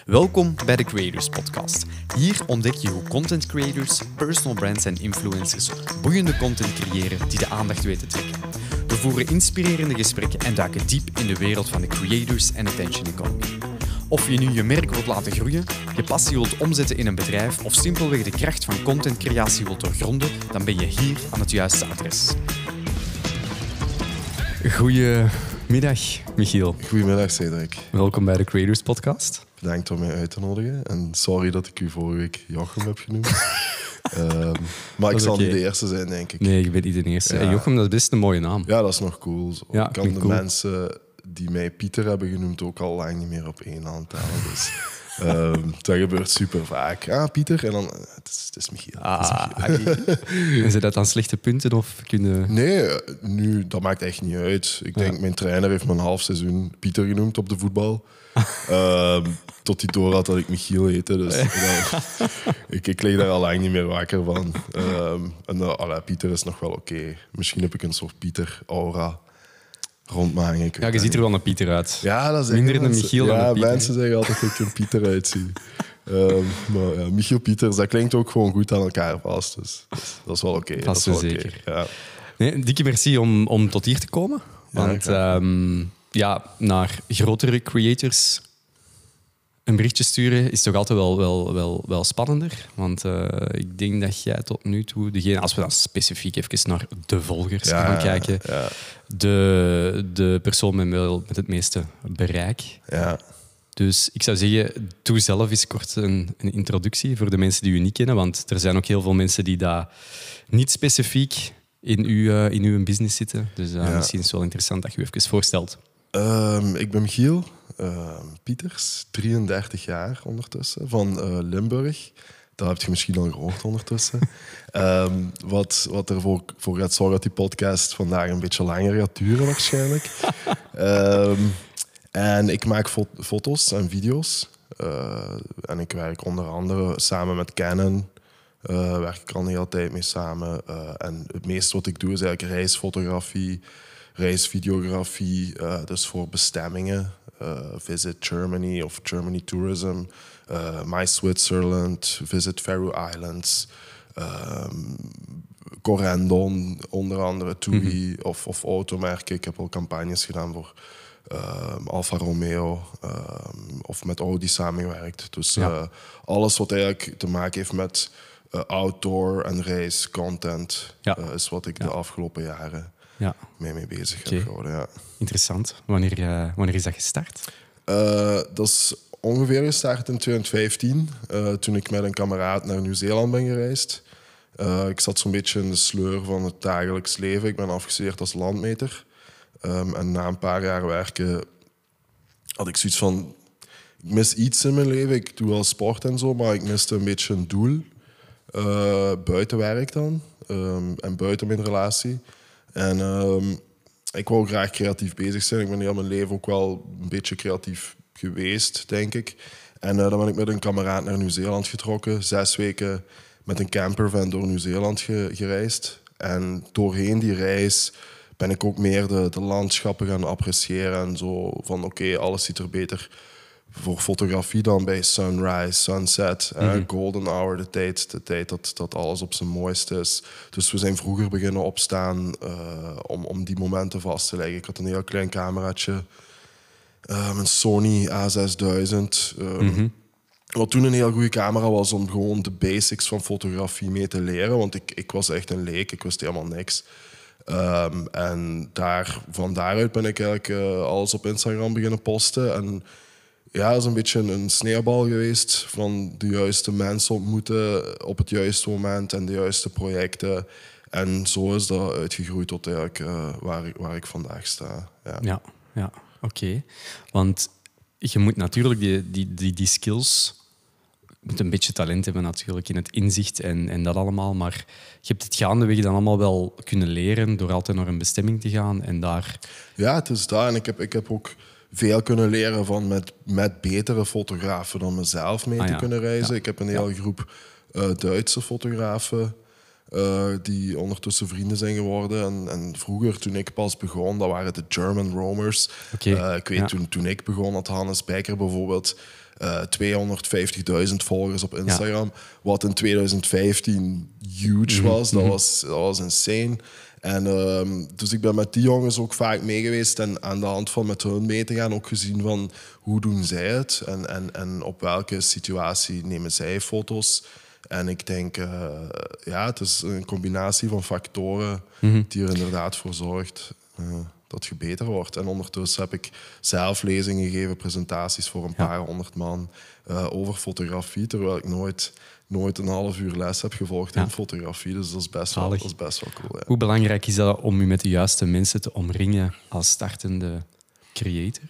Welkom bij de Creators Podcast. Hier ontdek je hoe content creators, personal brands en influencers boeiende content creëren die de aandacht weten te trekken. We voeren inspirerende gesprekken en duiken diep in de wereld van de creators en attention economy. Of je nu je merk wilt laten groeien, je passie wilt omzetten in een bedrijf of simpelweg de kracht van contentcreatie wilt doorgronden, dan ben je hier aan het juiste adres. Goedemiddag, Michiel. Goedemiddag, Cedric. Welkom bij de Creators Podcast. Bedankt om mij uit te nodigen. En sorry dat ik u vorige week Jochem heb genoemd. Maar ik zal niet de eerste zijn, denk ik. Nee, ik ben niet de eerste. Ja. Hey, Jochem, dat is best een mooie naam. Ja, dat is nog cool. Zo. Ja, ik kan de cool. mensen die mij Pieter hebben genoemd ook al lang niet meer op één hand tellen. Dus dat gebeurt super vaak. Ah, Pieter. En dan, het is Michiel. En zijn dat dan slechte punten? Of kunnen... Nee, nu, dat maakt echt niet uit. Ik denk, mijn trainer heeft me een half seizoen Pieter genoemd op de voetbal. Tot hij door had dat ik Michiel heette. Dus ik lig daar al lang niet meer wakker van. Pieter is nog wel oké. Misschien heb ik een soort Pieter-aura rond me hangen. Ja, je ziet er wel een Pieter uit. Ja, dat is minder een Michiel dan een Pieter. Mensen zeggen altijd dat ik een Pieter uitzie. Maar Michiel Pieters, dat klinkt ook gewoon goed aan elkaar vast. Dus dat is wel oké. Vast wel zeker. Ja. Nee, dikke merci om tot hier te komen. Want naar grotere creators een berichtje sturen is toch altijd wel spannender. Want ik denk dat jij tot nu toe, als we dan specifiek even naar de volgers gaan kijken, de persoon met het meeste bereik. Ja. Dus ik zou zeggen, doe zelf eens kort een introductie voor de mensen die u niet kennen. Want er zijn ook heel veel mensen die daar niet specifiek in uw business zitten. Dus misschien is het wel interessant dat je u even voorstelt. Ik ben Michiel Pieters, 33 jaar ondertussen, van Limburg. Dat heb je misschien al gehoord ondertussen. Wat ervoor gaat zorgen dat die podcast vandaag een beetje langer gaat duren waarschijnlijk. En ik maak foto's en video's. En ik werk onder andere samen met Canon. Werk ik al een hele tijd mee samen. En het meeste wat ik doe is eigenlijk reisfotografie, reisvideografie. Dus voor bestemmingen. Visit Germany of Germany Tourism. My Switzerland. Visit Faroe Islands. Corendon, onder andere TUI of automerken. Ik heb al campagnes gedaan voor Alfa Romeo of met Audi samengewerkt. Dus alles wat eigenlijk te maken heeft met outdoor en reiscontent is wat ik de afgelopen jaren mee bezig heb gehouden. Ja. Interessant. Wanneer is dat gestart? Dat is ongeveer gestart in 2015, toen ik met een kameraad naar Nieuw-Zeeland ben gereisd. Ik zat zo'n beetje in de sleur van het dagelijks leven. Ik ben afgestudeerd als landmeter. En na een paar jaar werken had ik zoiets van... Ik mis iets in mijn leven. Ik doe wel sport en zo, maar ik miste een beetje een doel. Buiten werk dan. En buiten mijn relatie. En ik wou graag creatief bezig zijn. Ik ben heel mijn leven ook wel een beetje creatief geweest, denk ik. En dan ben ik met een kameraad naar Nieuw-Zeeland getrokken. 6 weken met een campervan door Nieuw-Zeeland gereisd. En doorheen die reis ben ik ook meer de landschappen gaan appreciëren. En zo van oké, alles ziet er beter voor fotografie dan bij sunrise, sunset. Golden hour, de tijd dat alles op zijn mooiste is. Dus we zijn vroeger beginnen opstaan om die momenten vast te leggen. Ik had een heel klein cameraatje. Een Sony A6000. Wat toen een heel goede camera was om gewoon de basics van fotografie mee te leren. Want ik was echt een leek, ik wist helemaal niks. En van daaruit ben ik eigenlijk alles op Instagram beginnen posten. En ja, dat is een beetje een sneeuwbal geweest van de juiste mensen ontmoeten op het juiste moment en de juiste projecten. En zo is dat uitgegroeid tot eigenlijk waar ik vandaag sta. Ja. Oké. Want je moet natuurlijk die skills... Je moet een beetje talent hebben natuurlijk in het inzicht en dat allemaal. Maar je hebt het gaandeweg dan allemaal wel kunnen leren door altijd naar een bestemming te gaan en daar... Ja, het is dat. En ik heb ook veel kunnen leren van met betere fotografen dan mezelf mee te kunnen reizen. Ik heb een hele groep Duitse fotografen die ondertussen vrienden zijn geworden. En vroeger, toen ik pas begon, dat waren de German Roamers. Ik weet, toen ik begon had Hannes Bijker bijvoorbeeld 250.000 volgers op Instagram. Wat in 2015 huge was. Dat was insane. En dus ik ben met die jongens ook vaak mee geweest en aan de hand van met hun mee te gaan ook gezien van hoe doen zij het en op welke situatie nemen zij foto's. En ik denk, het is een combinatie van factoren die er inderdaad voor zorgt dat je beter wordt. En ondertussen heb ik zelf lezingen gegeven, presentaties voor een paar 100 man over fotografie, terwijl ik nooit een half uur les heb gevolgd in fotografie. Dus dat is best wel cool. Ja. Hoe belangrijk is dat om je met de juiste mensen te omringen als startende creator?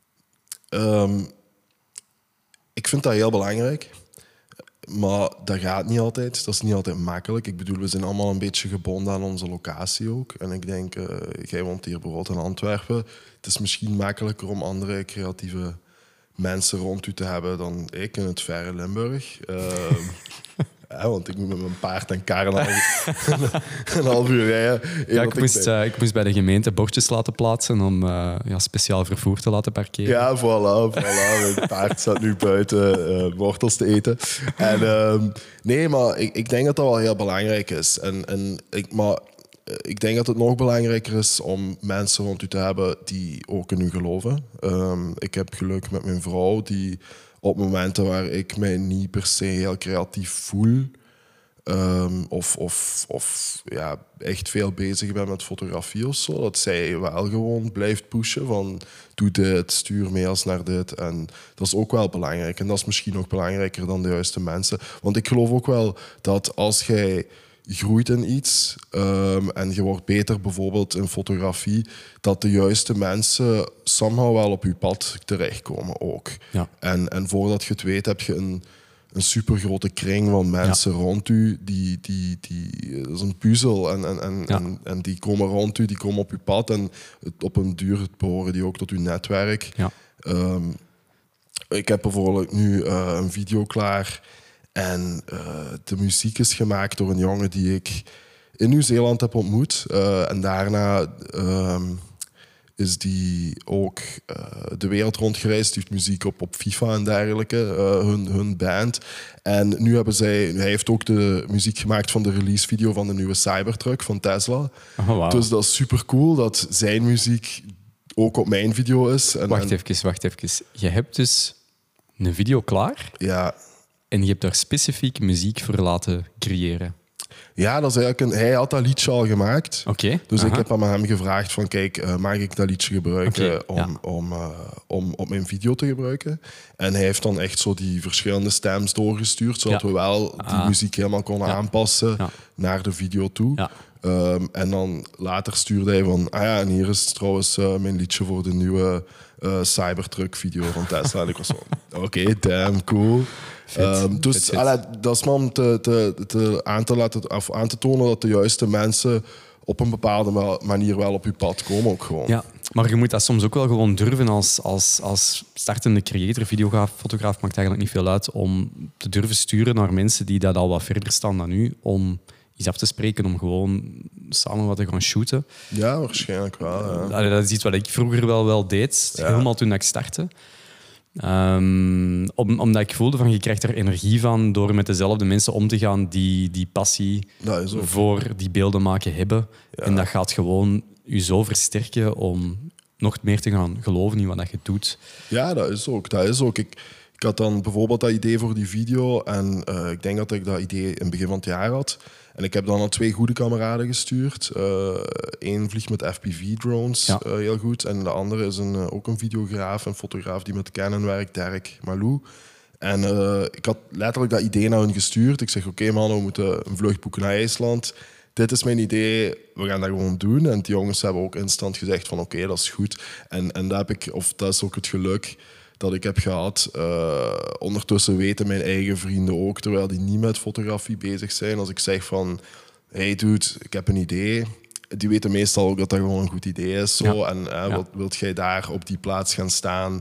Ik vind dat heel belangrijk. Maar dat gaat niet altijd. Dat is niet altijd makkelijk. Ik bedoel, we zijn allemaal een beetje gebonden aan onze locatie ook. En ik denk, jij woont hier bijvoorbeeld in Antwerpen. Het is misschien makkelijker om andere creatieve mensen rond u te hebben dan ik in het verre Limburg. Want ik moet met mijn paard en kar een half uur rijden. Ik moest bij de gemeente bordjes laten plaatsen om speciaal vervoer te laten parkeren. Ja, voilà. Mijn paard staat nu buiten wortels te eten. Nee, maar ik denk dat dat wel heel belangrijk is. Ik denk dat het nog belangrijker is om mensen rond u te hebben die ook in u geloven. Ik heb geluk met mijn vrouw die op momenten waar ik mij niet per se heel creatief voel echt veel bezig ben met fotografie of zo, dat zij wel gewoon blijft pushen van doe dit, stuur mails naar dit. En dat is ook wel belangrijk. En dat is misschien nog belangrijker dan de juiste mensen. Want ik geloof ook wel dat als jij groeit in iets en je wordt beter bijvoorbeeld in fotografie, dat de juiste mensen somehow wel op je pad terechtkomen ook. Ja. En voordat je het weet heb je een supergrote kring van mensen rond u. Dat is een puzzel en die komen rond u, die komen op je pad en op een duur behoren die ook tot uw netwerk. Ja. Ik heb bijvoorbeeld nu een video klaar en de muziek is gemaakt door een jongen die ik in Nieuw-Zeeland heb ontmoet. En daarna is die ook de wereld rondgereisd. Die heeft muziek op FIFA en dergelijke, hun band. En nu hebben hij heeft ook de muziek gemaakt van de releasevideo van de nieuwe Cybertruck van Tesla. Oh, wow. Dus dat is super cool dat zijn muziek ook op mijn video is. Wacht even. Je hebt dus een video klaar? Ja. En je hebt daar specifiek muziek voor laten creëren? Ja, dat is eigenlijk hij had dat liedje al gemaakt. Okay, dus ik heb aan hem gevraagd van kijk, mag ik dat liedje gebruiken om op mijn video te gebruiken? En hij heeft dan echt zo die verschillende stems doorgestuurd, zodat we wel die muziek helemaal konden aanpassen naar de video toe. Ja. En dan later stuurde hij van en hier is trouwens mijn liedje voor de nieuwe Cybertruck video van Tesla. En ik was zo, oké, damn, cool. Dus dat is maar om aan te tonen dat de juiste mensen op een bepaalde manier wel op je pad komen ook gewoon. Ja, maar je moet dat soms ook wel gewoon durven als startende creator, videograaf, fotograaf, maakt eigenlijk niet veel uit, om te durven sturen naar mensen die dat al wat verder staan dan u, om iets af te spreken, om gewoon samen wat te gaan shooten. Ja, waarschijnlijk wel. Ja. Dat is iets wat ik vroeger wel deed, helemaal toen ik startte. Omdat ik voelde van je krijgt er energie van door met dezelfde mensen om te gaan die passie voor die beelden maken hebben. Ja. En dat gaat gewoon je zo versterken om nog meer te gaan geloven in wat je doet. Ja, dat is ook. Ik had dan bijvoorbeeld dat idee voor die video en ik denk dat ik dat idee in het begin van het jaar had. En ik heb dan aan 2 goede kameraden gestuurd. Eén vliegt met FPV-drones, heel goed. En de andere is ook een videograaf en fotograaf die met Canon werkt, Derek Malou. En ik had letterlijk dat idee naar hun gestuurd. Ik zeg, oké man, we moeten een vlucht boeken naar IJsland. Dit is mijn idee, we gaan dat gewoon doen. En die jongens hebben ook instant gezegd van oké, dat is goed. En dat is ook het geluk dat ik heb gehad. Ondertussen weten mijn eigen vrienden ook, terwijl die niet met fotografie bezig zijn. Als ik zeg van, hey dude, ik heb een idee. Die weten meestal ook dat dat gewoon een goed idee is. Zo. Ja. En wilt jij daar op die plaats gaan staan?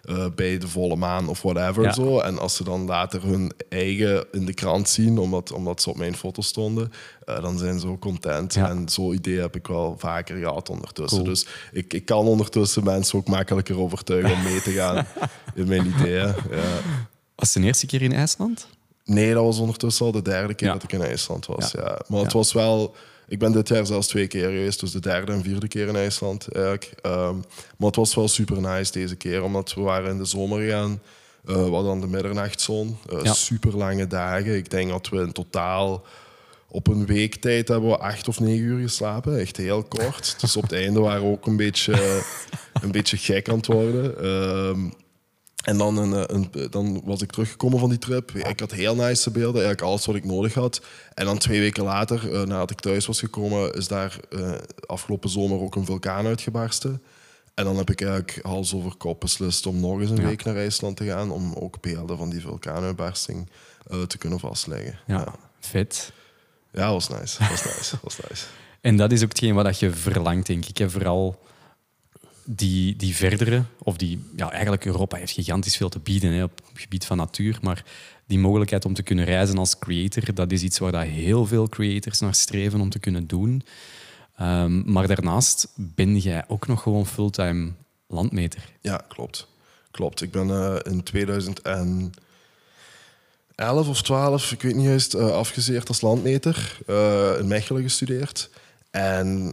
bij de volle maan of whatever. Zo. En als ze dan later hun eigen in de krant zien, omdat ze op mijn foto stonden, dan zijn ze ook content. Ja. En zo'n idee heb ik wel vaker gehad ondertussen. Cool. Dus ik kan ondertussen mensen ook makkelijker overtuigen om mee te gaan in mijn ideeën. Ja. Was het de eerste keer in IJsland? Nee, dat was ondertussen al de derde keer dat ik in IJsland was. Ja. Maar het was wel... Ik ben dit jaar zelfs 2 keer geweest, dus de derde en vierde keer in IJsland eigenlijk. Maar het was wel super nice deze keer, omdat we waren in de zomer gegaan. We hadden dan de middernachtzone. Super lange dagen. Ik denk dat we in totaal op een week tijd hebben we 8 of 9 uur geslapen. Echt heel kort. Dus op het einde waren we ook een beetje gek aan het worden. En dan was ik teruggekomen van die trip. Ik had heel nice beelden, eigenlijk alles wat ik nodig had. En dan 2 weken later, nadat ik thuis was gekomen, is daar afgelopen zomer ook een vulkaan uitgebarsten. En dan heb ik eigenlijk hals over kop beslist om nog eens een week naar IJsland te gaan, om ook beelden van die vulkaanuitbarsting te kunnen vastleggen. Ja, vet. Ja, was nice. Was nice. En dat is ook hetgeen wat je verlangt, denk ik. Hè? Vooral die verdere, of eigenlijk Europa heeft gigantisch veel te bieden, hè, op het gebied van natuur, maar die mogelijkheid om te kunnen reizen als creator, dat is iets waar dat heel veel creators naar streven om te kunnen doen. Maar daarnaast ben jij ook nog gewoon fulltime landmeter. Ja, klopt. Ik ben in 2011 of 12, ik weet niet juist, afgezeerd als landmeter, in Mechelen gestudeerd. En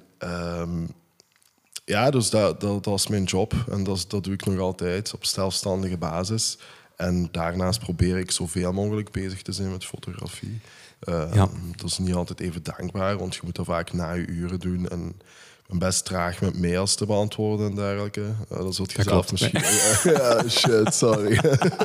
dus dat was mijn job en dat doe ik nog altijd op zelfstandige basis. En daarnaast probeer ik zoveel mogelijk bezig te zijn met fotografie. Dat is niet altijd even dankbaar, want je moet dat vaak na je uren doen. En ik ben best traag met mails te beantwoorden en dergelijke. Dat zult je zelf misschien... Ja, shit, sorry.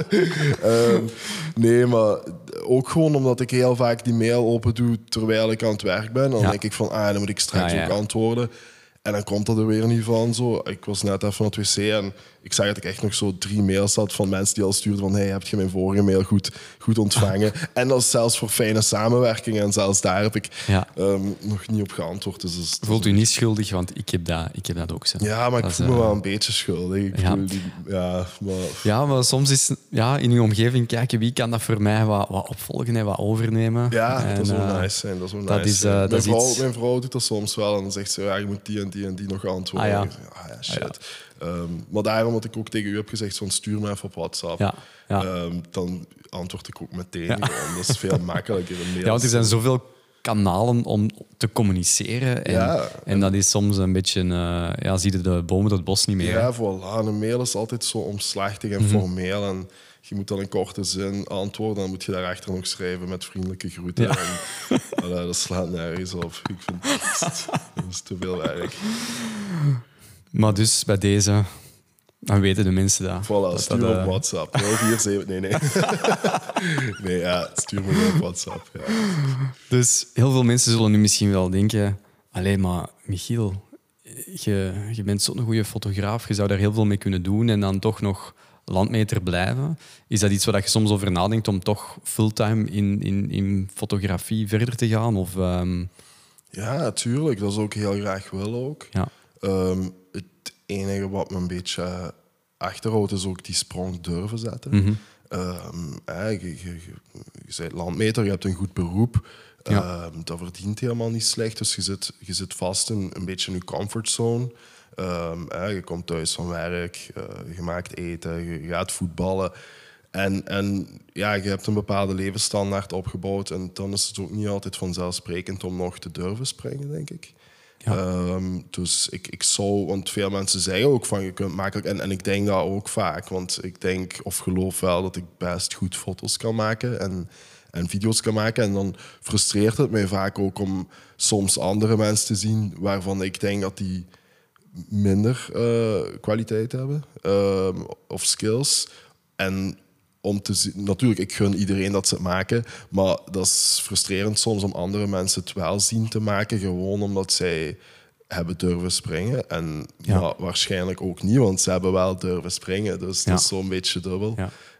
Nee, maar ook gewoon omdat ik heel vaak die mail open doe terwijl ik aan het werk ben. Dan denk ik van, dan moet ik straks ook antwoorden. En dan komt dat er weer niet van. Zo. Ik was net even aan het wc en ik zag dat ik echt nog zo 3 mails had van mensen die al stuurden van heb je mijn vorige mail goed ontvangen? En dat is zelfs voor fijne samenwerking. En zelfs daar heb ik nog niet op geantwoord. Dus voelt u niet schuldig, want ik heb dat ook. Zo. Ja, maar ik voel me wel een beetje schuldig. Maar soms is in uw omgeving kijken wie kan dat voor mij wat opvolgen en wat overnemen. Ja, en, dat is wel nice. Dat is wel nice. Mijn vrouw doet dat soms wel en dan zegt ze, je moet die en die nog antwoorden. Shit. Maar daarom dat ik ook tegen u heb gezegd, stuur me even op WhatsApp. Dan antwoord ik ook meteen. Dat is veel makkelijker. Want er zijn zoveel kanalen om te communiceren. En dat is soms een beetje... zie je de bomen door het bos niet meer. Ja, voilà. Een mail is altijd zo omslachtig en formeel. En je moet dan een korte zin antwoorden. Dan moet je daarachter nog schrijven met vriendelijke groeten. Ja. En, dat slaat nergens op. Ik vind dat is te veel werk. Maar dus bij deze... Dan weten de mensen dat. Voilà, stuur me op WhatsApp. 047... Nee. Nee, stuur me op WhatsApp. Ja. Dus heel veel mensen zullen nu misschien wel denken... Allee, maar Michiel, je bent zo'n goede fotograaf. Je zou daar heel veel mee kunnen doen en dan toch nog landmeter blijven. Is dat iets waar je soms over nadenkt om toch fulltime in fotografie verder te gaan? Of, Ja, natuurlijk. Dat is ook heel graag wil ook. Ja. Het enige wat me een beetje achterhoudt is ook die sprong durven zetten. Mm-hmm. Je bent landmeter, je hebt een goed beroep. Dat verdient helemaal niet slecht. Dus je zit vast in een beetje in je comfortzone. Je komt thuis van werk, je maakt eten, je gaat voetballen. En je hebt een bepaalde levensstandaard opgebouwd. En dan is het ook niet altijd vanzelfsprekend om nog te durven springen, denk ik. Ja. Dus ik zou, want veel mensen zeggen ook van je kunt makkelijk, en ik denk dat ook vaak, want ik denk of geloof wel dat ik best goed foto's kan maken en video's kan maken. En dan frustreert het mij vaak ook om soms andere mensen te zien waarvan ik denk dat die minder kwaliteit hebben of skills. En om te zien, natuurlijk, ik gun iedereen dat ze het maken, maar dat is frustrerend soms om andere mensen het wel zien te maken, gewoon omdat zij hebben durven springen. En maar waarschijnlijk ook niet, want ze hebben wel durven springen. Dus dat is zo'n beetje dubbel.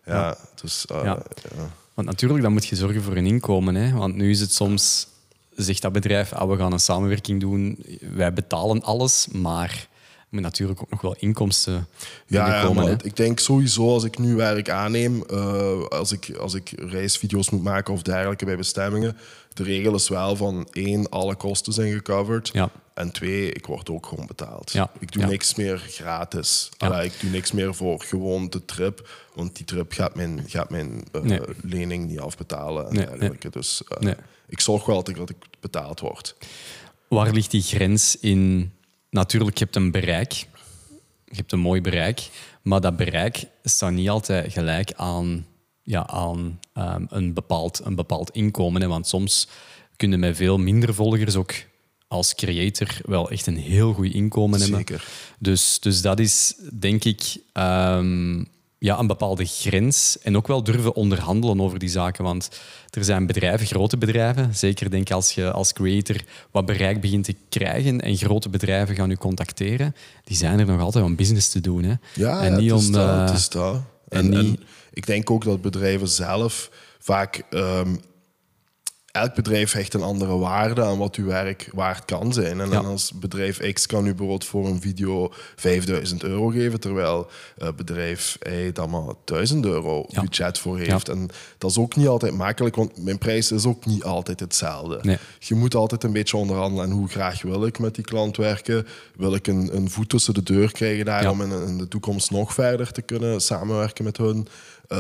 Want natuurlijk, dan moet je zorgen voor een inkomen. Hè? Want nu is het soms, zegt dat bedrijf, we gaan een samenwerking doen, wij betalen alles, maar moet natuurlijk ook nog wel inkomsten Ja, binnenkomen. maar Hè? ik denk sowieso als ik nu werk aanneem, als ik reisvideo's moet maken of dergelijke bij bestemmingen, de regel is wel van 1, alle kosten zijn gecoverd. Ja. En 2, ik word ook gewoon betaald. Ja. Ik doe Ja. niks meer gratis. Ja. Allee, ik doe niks meer voor gewoon de trip, want die trip gaat mijn Nee. lening niet afbetalen en Nee, dergelijke. Dus Nee. ik zorg wel dat ik betaald word. Waar ligt die grens in? Natuurlijk, je hebt een bereik. Je hebt een mooi bereik. Maar dat bereik staat niet altijd gelijk aan een bepaald inkomen. Hè. Want soms kun je met veel minder volgers ook als creator wel echt een heel goed inkomen hebben. Zeker. Dus dat is, denk ik, een bepaalde grens. En ook wel durven onderhandelen over die zaken. Want er zijn bedrijven, grote bedrijven, zeker denk ik als je als creator wat bereik begint te krijgen en grote bedrijven gaan je contacteren, die zijn er nog altijd om business te doen. Hè. Ja, en niet het is om dat. Het is dat. en niet- En ik denk ook dat bedrijven zelf vaak... elk bedrijf hecht een andere waarde aan wat uw werk waard kan zijn. En Ja. als bedrijf X kan u bijvoorbeeld voor een video €5.000 geven, terwijl bedrijf Y daar maar €1.000 Ja. budget voor heeft. En dat is ook niet altijd makkelijk, want mijn prijs is ook niet altijd hetzelfde. Nee. Je moet altijd een beetje onderhandelen. En hoe graag wil ik met die klant werken? Wil ik een voet tussen de deur krijgen daar Ja. om in de toekomst nog verder te kunnen samenwerken met hun?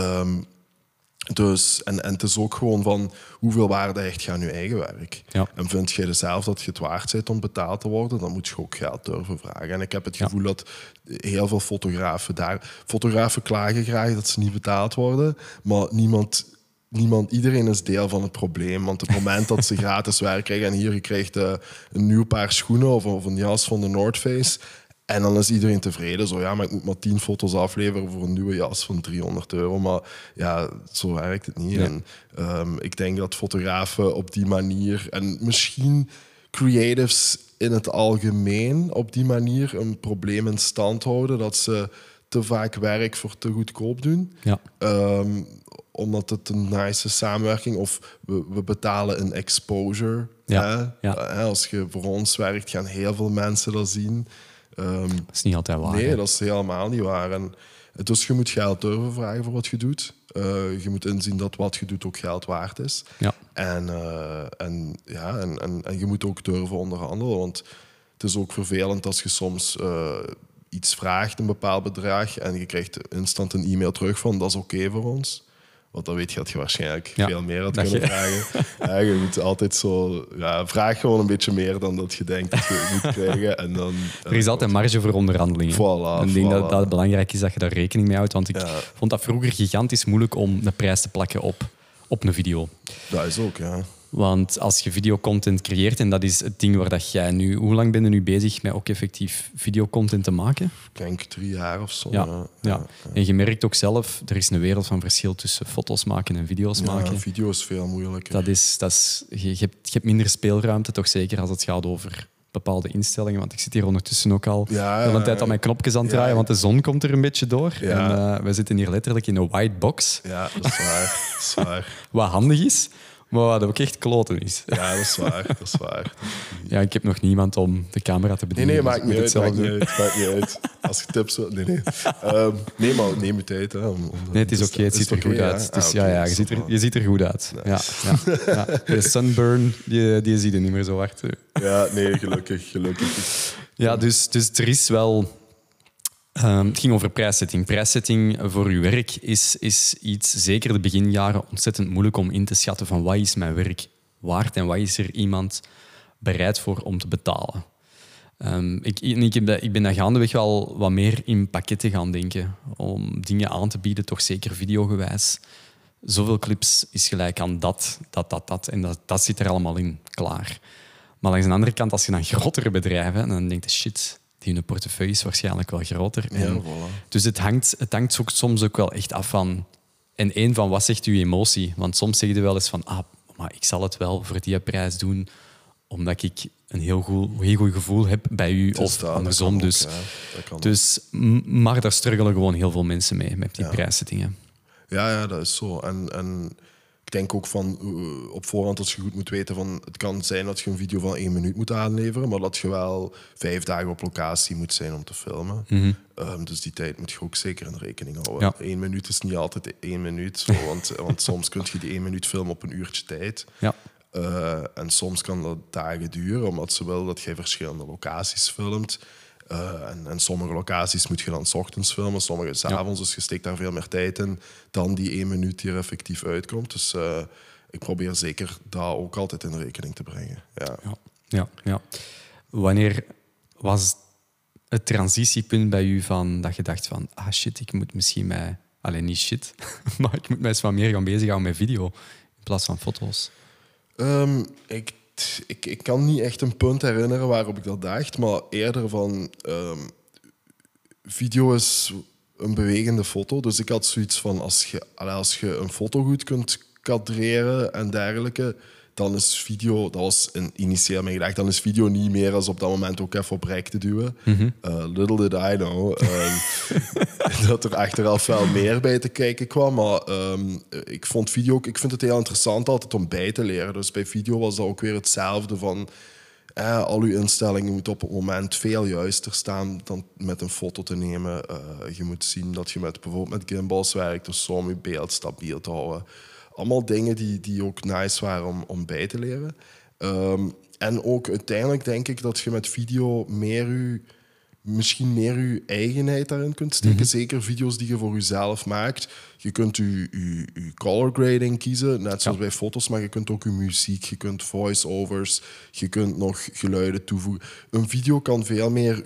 Dus, en het is ook gewoon van hoeveel waarde hecht je aan je eigen werk. Ja. En vind jij dus zelf dat je het waard bent om betaald te worden, dan moet je ook geld durven vragen. En ik heb het gevoel dat heel veel fotografen klagen graag dat ze niet betaald worden, maar iedereen is deel van het probleem. Want op het moment dat ze gratis werk krijgen en hier je krijgt een nieuw paar schoenen of een jas van de North Face, en dan is iedereen tevreden. Zo, ja, maar ik moet maar 10 foto's afleveren voor een nieuwe jas van €300. Maar ja, zo werkt het niet. Nee. En ik denk dat fotografen op die manier, en misschien creatives in het algemeen, op die manier een probleem in stand houden. Dat ze te vaak werk voor te goedkoop doen. Ja. Omdat het een nice samenwerking of we betalen een exposure. Ja, Hè? ja. Als je voor ons werkt, gaan heel veel mensen dat zien. Dat is niet altijd waar. Nee, hè. dat is helemaal niet waar. En, dus je moet geld durven vragen voor wat je doet. Je moet inzien dat wat je doet ook geld waard is. Ja. En je moet ook durven onderhandelen. Want het is ook vervelend als je soms iets vraagt, een bepaald bedrag, en je krijgt instant een e-mail terug van dat is oké voor ons. Want dan weet je dat je waarschijnlijk Ja, veel meer had dat kunnen je- vragen. Ja, je moet altijd zo... Ja, vraag gewoon een beetje meer dan dat je denkt dat je moet krijgen. En dan, Er is altijd marge voor onderhandelingen. Voilà, En ik denk dat voilà. het belangrijk is dat je daar rekening mee houdt. Want ik Ja. vond dat vroeger gigantisch moeilijk om de prijs te plakken op een video. Dat is ook, ja. Want als je videocontent creëert, en dat is het ding waar dat jij nu... Hoe lang ben je nu bezig met ook effectief videocontent te maken? Ik denk 3 jaar of zo. Ja. En je merkt ook zelf, er is een wereld van verschil tussen foto's maken en video's maken. Video is veel moeilijker. Dat is, je hebt minder speelruimte, toch zeker als het gaat over bepaalde instellingen. Want ik zit hier ondertussen ook al Ja, de hele tijd aan mijn knopjes aan het draaien, ja. want de zon komt er een beetje door. Ja. En we zitten hier letterlijk in een white box, Ja, dat is waar. Dat is waar. wat handig is, maar wat ook echt kloten is. Ja, dat is waar. Dat is waar. Ja, ik heb nog niemand om de camera te Nee, bedienen. maakt dus ik niet moet uit. het zelf doen. Maakt niet uit. Als je tips wilt... Nee. Nee, maar neem je tijd. Hè, Nee, het is oké, het ziet er goed uit. Het is, ja, je ziet er goed uit. Ja. De sunburn, die zie je niet meer zo hard. Ja, nee, gelukkig. Ja, dus er is wel... het ging over prijszetting. Prijszetting voor uw werk is iets, zeker de beginjaren, ontzettend moeilijk om in te schatten van wat is mijn werk waard en wat is er iemand bereid voor om te betalen. Ik ben daar gaandeweg wel wat meer in pakketten gaan denken. Om dingen aan te bieden, toch zeker videogewijs. Zoveel clips is gelijk aan dat. En dat zit er allemaal in, klaar. Maar langs de andere kant, als je naar grotere bedrijven... dan denk je, shit, die portefeuille is waarschijnlijk wel groter. Ja, En voilà. dus het hangt ook soms ook wel echt af van... En één, van wat zegt uw emotie? Want soms zeg je wel eens van... maar ik zal het wel voor die prijs doen... omdat ik een heel goed gevoel heb bij u. Het is Of dat andersom. kan Dus, ook, ja. Dat kan ook. dus, maar daar struggelen gewoon heel veel mensen mee, met die prijszettingen. Ja, dat is zo. En ik denk ook van op voorhand dat je goed moet weten van het kan zijn dat je een video van 1 minuut moet aanleveren, maar dat je wel 5 dagen op locatie moet zijn om te filmen. Dus die tijd moet je ook zeker in rekening houden. Ja. 1 minuut is niet altijd 1 minuut, want soms kun je die 1 minuut filmen op een uurtje tijd. Ja. En soms kan dat dagen duren, omdat ze willen dat je verschillende locaties filmt. En sommige locaties moet je dan 's ochtends filmen, sommige 's avonds. Dus je steekt daar veel meer tijd in dan die 1 minuut die er effectief uitkomt. Dus ik probeer zeker dat ook altijd in rekening te brengen. Ja. Wanneer was het transitiepunt bij u van dat je dacht van shit, ik moet misschien mij... Alleen niet shit, maar ik moet mij eens wat meer gaan bezighouden met video in plaats van foto's? Ik kan niet echt een punt herinneren waarop ik dat dacht, maar eerder van video is een bewegende foto. Dus ik had zoiets van als je een foto goed kunt kadreren en dergelijke, dan is video, dat was initieel mijn gedachte, dan is video niet meer als op dat moment ook even op rek te duwen. Little did I know dat er achteraf wel meer bij te kijken kwam. Maar ik vind het heel interessant altijd om bij te leren. Dus bij video was dat ook weer hetzelfde van... al je instellingen moeten op het moment veel juister staan dan met een foto te nemen. Je moet zien dat je bijvoorbeeld met gimbals werkt, dus om je beeld stabiel te houden. Allemaal dingen die ook nice waren om bij te leren. En ook uiteindelijk denk ik dat je met video misschien meer je eigenheid daarin kunt steken. Zeker video's die je voor jezelf maakt. Je kunt je color grading kiezen, net zoals bij foto's, maar je kunt ook je muziek, je kunt voice-overs, je kunt nog geluiden toevoegen. Een video kan veel meer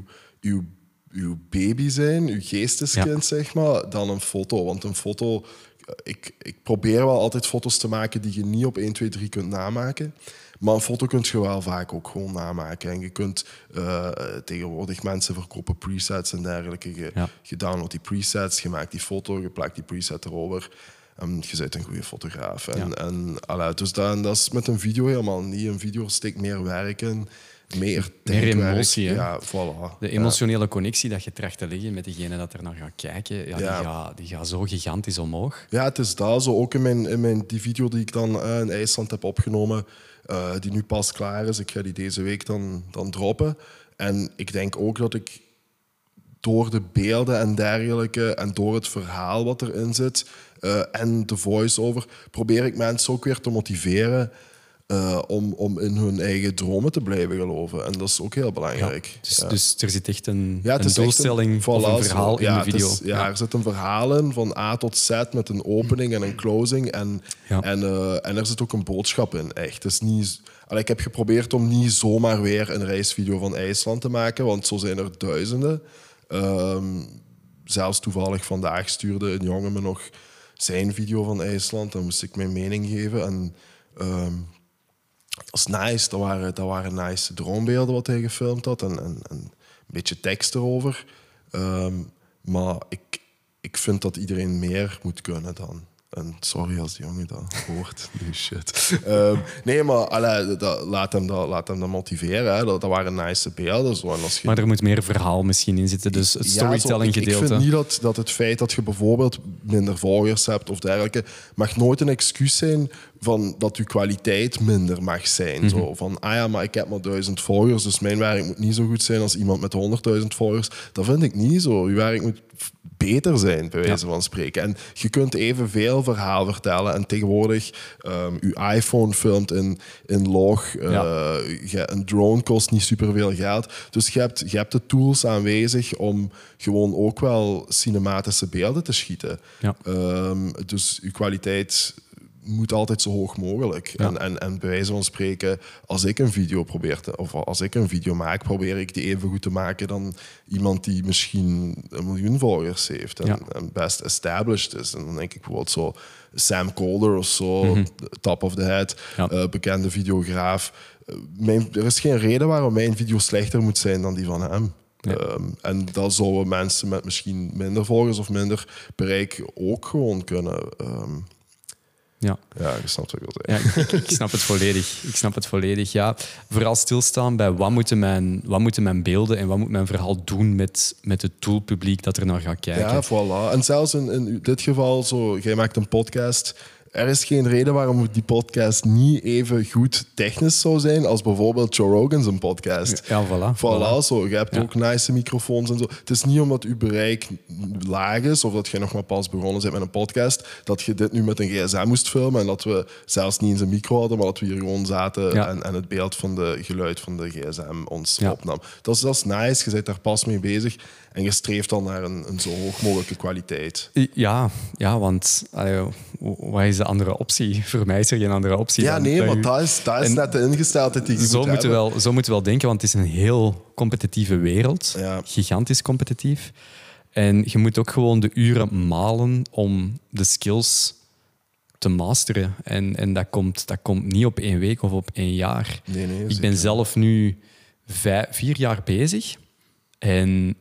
uw baby zijn, uw geesteskind, zeg maar, dan een foto. Want een foto... Ik probeer wel altijd foto's te maken die je niet op 1, 2, 3 kunt namaken. Maar een foto kun je wel vaak ook gewoon namaken. En je kunt tegenwoordig mensen verkopen presets en dergelijke. Je downloadt die presets, je maakt die foto, je plakt die preset erover. Je bent een goede fotograaf. Dus dat is met een video helemaal niet. Een video steekt meer werk in. Meer emotie. Ja, voilà. De emotionele connectie dat je tracht te leggen met degene dat er naar gaat kijken, die gaat zo gigantisch omhoog. Ja, het is dat zo. Ook in die video die ik dan in IJsland heb opgenomen, die nu pas klaar is. Ik ga die deze week dan droppen. En ik denk ook dat ik door de beelden en dergelijke en door het verhaal wat erin zit en de voice-over, probeer ik mensen ook weer te motiveren om in hun eigen dromen te blijven geloven. En dat is ook heel belangrijk. Dus er zit echt een doelstelling of een verhaal in de video. Er zit een verhaal in van A tot Z met een opening en een closing. En er zit ook een boodschap in, echt. Het is niet... ik heb geprobeerd om niet zomaar weer een reisvideo van IJsland te maken, want zo zijn er duizenden. Zelfs toevallig vandaag stuurde een jongen me nog zijn video van IJsland. Dan moest ik mijn mening geven. En dat is nice. Dat waren nice droombeelden wat hij gefilmd had. En een beetje tekst erover. Maar ik vind dat iedereen meer moet kunnen dan. En sorry als die jongen dat hoort. Nu shit. Nee, maar laat hem dat motiveren. Hè. Dat waren nice beelden. Zo. En maar er moet meer verhaal misschien in zitten. Dus het storytelling gedeelte. Ik vind niet dat het feit dat je bijvoorbeeld minder volgers hebt of dergelijke, mag nooit een excuus zijn van dat je kwaliteit minder mag zijn. Zo van, maar ik heb maar 1000 volgers, dus mijn werk moet niet zo goed zijn als iemand met 100.000 volgers. Dat vind ik niet zo. Je werk moet beter zijn, bij wijze van spreken. En je kunt evenveel verhaal vertellen. En tegenwoordig, je iPhone filmt in log. Een drone kost niet superveel geld. Dus je hebt de tools aanwezig om gewoon ook wel cinematische beelden te schieten. Ja. Dus je kwaliteit moet altijd zo hoog mogelijk. Ja. En bij wijze van spreken, als ik een video maak, probeer ik die even goed te maken dan iemand die misschien 1 miljoen volgers heeft en best established is. En dan denk ik bijvoorbeeld zo Sam Colder of zo, top of the head, bekende videograaf. Er is geen reden waarom mijn video slechter moet zijn dan die van hem. Ja. En dat zouden mensen met misschien minder volgers of minder bereik ook gewoon kunnen. Ja, je snapt wat ik wil zeggen. Ja, ik snap het volledig. Ja. Vooral stilstaan bij wat moeten mijn beelden en wat moet mijn verhaal doen met het doelpubliek dat er naar gaat kijken. Ja, voilà. En zelfs in dit geval, jij maakt een podcast. er is geen reden waarom die podcast niet even goed technisch zou zijn als bijvoorbeeld Joe Rogan's een podcast. Ja, Voilà. Zo. Je hebt ook nice microfoons en zo. Het is niet omdat uw bereik laag is of dat je nog maar pas begonnen bent met een podcast, dat je dit nu met een gsm moest filmen en dat we zelfs niet eens een micro hadden, maar dat we hier gewoon zaten en het beeld van de geluid van de gsm ons opnam. Dat is nice. Je bent daar pas mee bezig. En je streeft dan naar een zo hoog mogelijke kwaliteit. Ja, want wat is de andere optie? Voor mij is er geen andere optie. Ja, nee, maar dat is net de ingesteldheid die je zo moet moeten hebben. Zo moeten we wel denken, want het is een heel competitieve wereld. Ja. Gigantisch competitief. En je moet ook gewoon de uren malen om de skills te masteren. En dat komt niet op 1 week of op 1 jaar. Nee, ik ben zelf nu 4 jaar bezig. En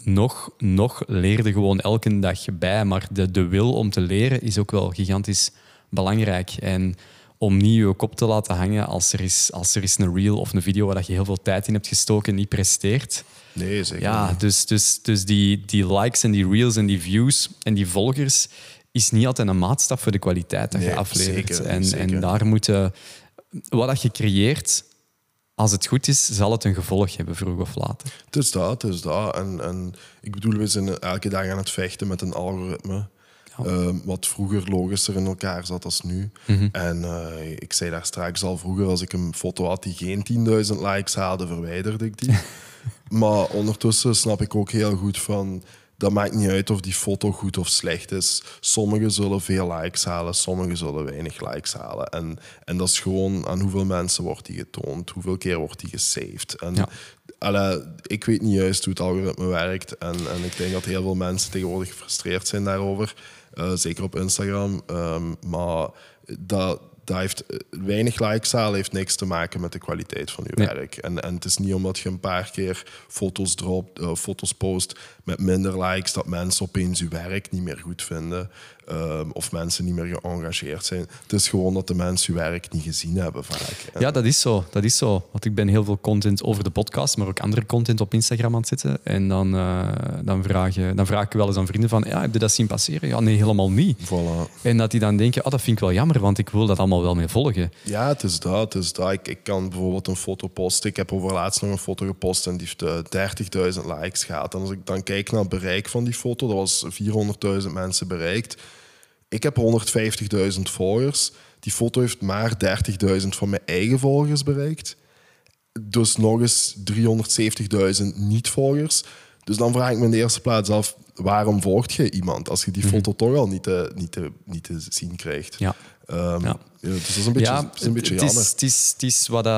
nog leerde gewoon elke dag bij. Maar de wil om te leren is ook wel gigantisch belangrijk. En om niet je kop te laten hangen als er is een reel of een video waar je heel veel tijd in hebt gestoken niet presteert. Nee, zeker. Ja, dus die likes en die reels en die views en die volgers is niet altijd een maatstaf voor de kwaliteit dat je aflevert. Zeker. En daar moet wat je creëert, als het goed is, zal het een gevolg hebben, vroeg of later. Het is dat. En ik bedoel, we zijn elke dag aan het vechten met een algoritme. Wat vroeger logischer in elkaar zat als nu. En ik zei daar straks al vroeger, als ik een foto had die geen 10.000 likes haalde, verwijderde ik die. Maar ondertussen snap ik ook heel goed van, dat maakt niet uit of die foto goed of slecht is. Sommigen zullen veel likes halen, sommigen zullen weinig likes halen. En dat is gewoon aan hoeveel mensen wordt die getoond, hoeveel keer wordt die gesaved. En ik weet niet juist hoe het algoritme werkt. En ik denk dat heel veel mensen tegenwoordig gefrustreerd zijn daarover. Zeker op Instagram. Maar dat heeft weinig likes halen heeft niks te maken met de kwaliteit van je werk. En het is niet omdat je een paar keer foto's post met minder likes, dat mensen opeens je werk niet meer goed vinden. Of mensen niet meer geëngageerd zijn. Het is gewoon dat de mensen je werk niet gezien hebben vaak. Ja, dat is zo. Want ik ben heel veel content over de podcast, maar ook andere content op Instagram aan het zetten. En dan vraag ik wel eens aan vrienden van, heb je dat zien passeren? Ja, nee, helemaal niet. Voilà. En dat die dan denken, dat vind ik wel jammer, want ik wil dat allemaal wel mee volgen. Ja, het is dat. Ik kan bijvoorbeeld een foto posten. Ik heb overlaatst nog een foto gepost en die heeft 30.000 likes gehad. En als ik dan kijk naar het bereik van die foto, dat was 400.000 mensen bereikt. Ik heb 150.000 volgers. Die foto heeft maar 30.000 van mijn eigen volgers bereikt. Dus nog eens 370.000 niet-volgers. Dus dan vraag ik me in de eerste plaats af, waarom volgt je iemand als je die foto toch al niet te zien krijgt? Ja. Dus dat is een beetje jammer. Het is wat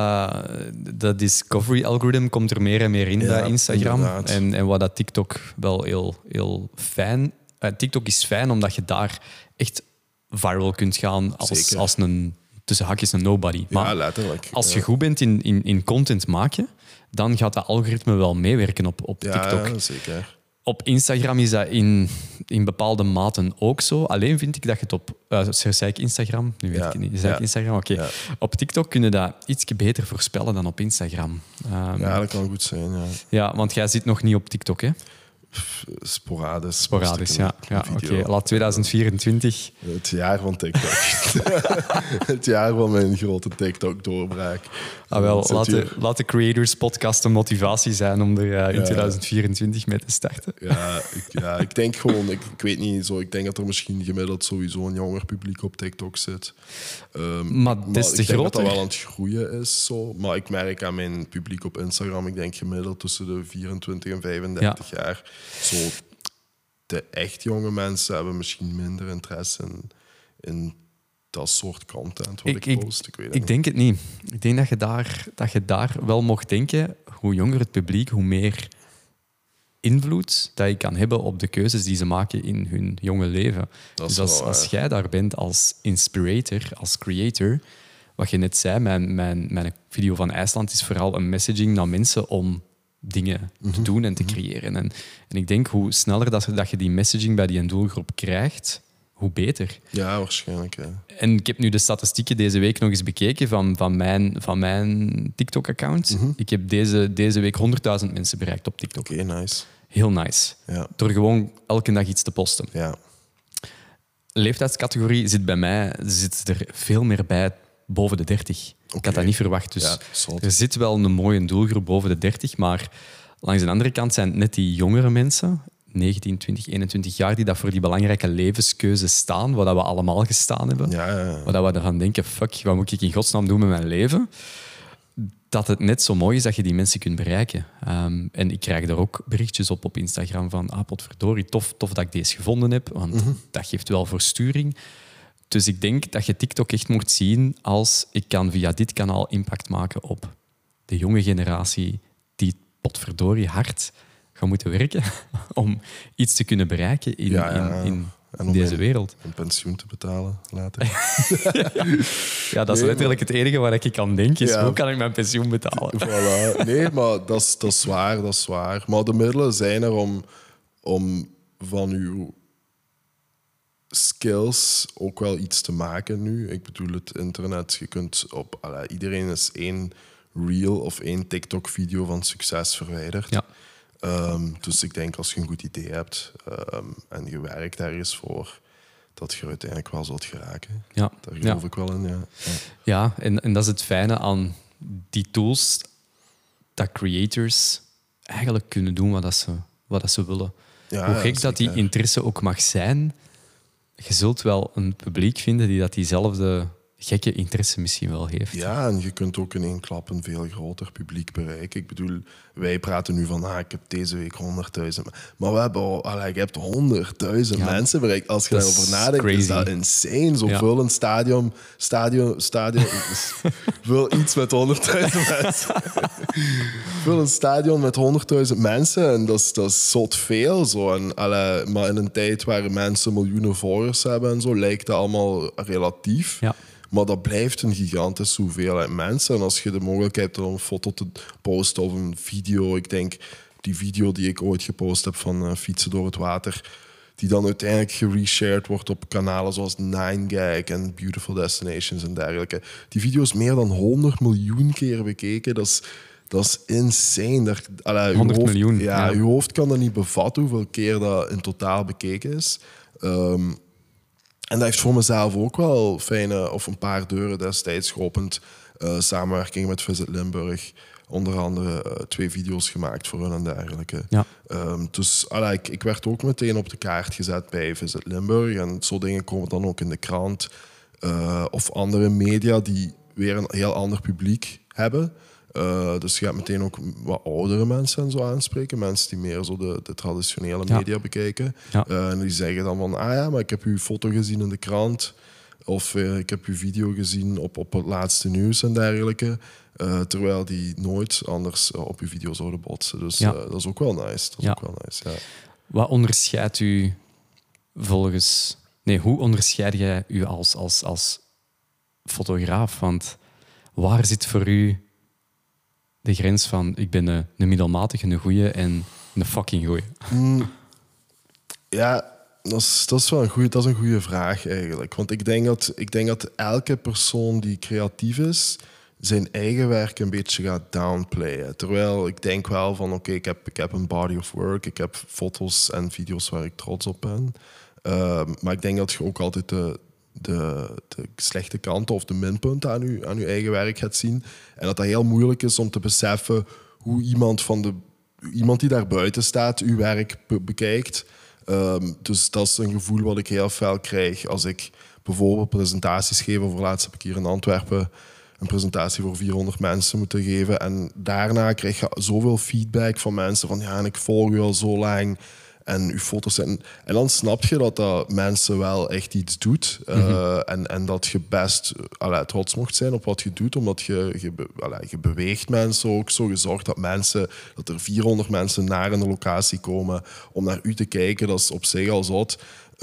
dat discovery algoritme komt er meer en meer in bij Instagram. En wat dat TikTok wel heel fijn. TikTok is fijn omdat je daar echt viral kunt gaan als een tussen haakjes een nobody. Maar letterlijk. Als je goed bent in content maken, dan gaat dat algoritme wel meewerken op TikTok. Ja, zeker. Op Instagram is dat in bepaalde maten ook zo. Alleen vind ik dat je het op... zei ik Instagram? Nu weet ik het niet. Zei ik Instagram? Oké. Ja. Op TikTok kun je dat iets beter voorspellen dan op Instagram. Ja, dat kan goed zijn. Ja, want jij zit nog niet op TikTok, hè? Sporadisch, ja. Oké. Laat 2024... Het jaar van TikTok. Het jaar van mijn grote TikTok-doorbraak. Laat de Creators Podcast een motivatie zijn om er in 2024 mee te starten. Ik denk gewoon... Ik weet niet, zo, ik denk dat er misschien gemiddeld sowieso een jonger publiek op TikTok zit. Maar des te groter. Ik denk dat dat wel aan het groeien is. Zo. Maar ik merk aan mijn publiek op Instagram, ik denk gemiddeld tussen de 24 en 35 jaar. Zo, de echt jonge mensen hebben misschien minder interesse in dat soort content wat ik post. Ik denk het niet. Ik denk dat je daar wel mocht denken. Hoe jonger het publiek, hoe meer invloed dat je kan hebben op de keuzes die ze maken in hun jonge leven. Dus als jij daar bent als inspirator, als creator, wat je net zei, mijn video van IJsland is vooral een messaging naar mensen om dingen te doen en te creëren. En ik denk, hoe sneller dat je die messaging bij die doelgroep krijgt, hoe beter. Ja, waarschijnlijk. Ja. En ik heb nu de statistieken deze week nog eens bekeken van mijn TikTok-account. Ik heb deze week 100.000 mensen bereikt op TikTok. Oké, nice. Heel nice. Ja. Door gewoon elke dag iets te posten. Ja. leeftijdscategorie zit bij mij er veel meer bij boven de 30. Ik had dat niet verwacht. Dus er zit wel een mooie doelgroep boven de 30, maar langs de andere kant zijn het net die jongere mensen, 19, 20, 21 jaar, die dat voor die belangrijke levenskeuzes staan, wat we allemaal gestaan hebben. Wat we ervan denken, fuck, wat moet ik in godsnaam doen met mijn leven? Dat het net zo mooi is dat je die mensen kunt bereiken. En ik krijg daar ook berichtjes op Instagram van potverdorie, tof dat ik deze gevonden heb, want dat geeft wel versturing. Dus ik denk dat je TikTok echt moet zien als ik kan via dit kanaal impact maken op de jonge generatie die potverdorie hard gaan moeten werken om iets te kunnen bereiken in deze wereld. Een pensioen te betalen later. Ja, dat is letterlijk het enige waar ik aan denk, is hoe kan ik mijn pensioen betalen? Voilà. Nee, maar dat is waar. Maar de middelen zijn er om van uw skills ook wel iets te maken nu. Ik bedoel, het internet, je kunt iedereen is 1 reel of 1 TikTok-video van succes verwijderd. Ja. Dus ik denk, als je een goed idee hebt en je werkt ergens voor, dat je er uiteindelijk wel zult geraken. Ja. Daar geloof ik wel in, Ja, en dat is het fijne aan die tools, dat creators eigenlijk kunnen doen wat ze willen. Ja, hoe gek dat die interesse ook mag zijn, je zult wel een publiek vinden die diezelfde gekke interesse misschien wel heeft. Ja, en je kunt ook in één klap een veel groter publiek bereiken. Ik bedoel, wij praten nu van, ik heb deze week 100.000. Maar we hebben ik heb 100.000 mensen bereikt. Als je daarover nadenkt, crazy. Is dat insane. Zo vul een stadion vul iets met 100.000 mensen. Vul een stadion met 100.000 mensen en dat is zot veel. Zo. En, maar in een tijd waar mensen miljoenen volgers hebben en zo, lijkt dat allemaal relatief. Ja. Maar dat blijft een gigantische hoeveelheid mensen. En als je de mogelijkheid hebt om een foto te posten of een video... Ik denk, die video die ik ooit gepost heb van fietsen door het water... die dan uiteindelijk gereshared wordt op kanalen zoals 9gag en Beautiful Destinations en dergelijke. Die video is meer dan 100 miljoen keer bekeken. Dat is insane. 100 miljoen? Ja, je hoofd kan dat niet bevatten hoeveel keer dat in totaal bekeken is. En dat heeft voor mezelf ook wel fijne, of een paar deuren destijds geopend. Samenwerking met Visit Limburg. Onder andere 2 video's gemaakt voor hun en dergelijke. Ja. Dus ik werd ook meteen op de kaart gezet bij Visit Limburg. En zo dingen komen dan ook in de krant. Of andere media die weer een heel ander publiek hebben. Dus je gaat meteen ook wat oudere mensen en zo aanspreken. Mensen die meer zo de traditionele media bekijken. Ja. En die zeggen dan van, maar ik heb uw foto gezien in de krant. Of ik heb uw video gezien op het laatste nieuws en dergelijke. Terwijl die nooit anders op uw video zouden botsen. Dus dat is ook wel nice. Wat onderscheidt u volgens... Nee, hoe onderscheid jij u als fotograaf? Want waar zit voor u de grens van ik ben een middelmatige, een goeie en een fucking goeie? Ja, dat is wel een goede vraag eigenlijk. Want ik denk dat elke persoon die creatief is, zijn eigen werk een beetje gaat downplayen. Terwijl ik denk wel van oké, ik heb een body of work, ik heb foto's en video's waar ik trots op ben. Maar ik denk dat je ook altijd de slechte kanten of de minpunten aan je eigen werk gaat zien. En dat heel moeilijk is om te beseffen hoe iemand die daar buiten staat uw werk bekijkt. Dus dat is een gevoel wat ik heel fel krijg als ik bijvoorbeeld presentaties geef. Voor laatst heb ik hier in Antwerpen een presentatie voor 400 mensen moeten geven. En daarna krijg je zoveel feedback van mensen van en ik volg u al zo lang. En uw foto's zijn... En dan snap je dat mensen wel echt iets doet. En dat je best trots mocht zijn op wat je doet. Omdat je beweegt mensen ook zo. Je zorgt dat er 400 mensen naar een locatie komen om naar u te kijken. Dat is op zich al zot.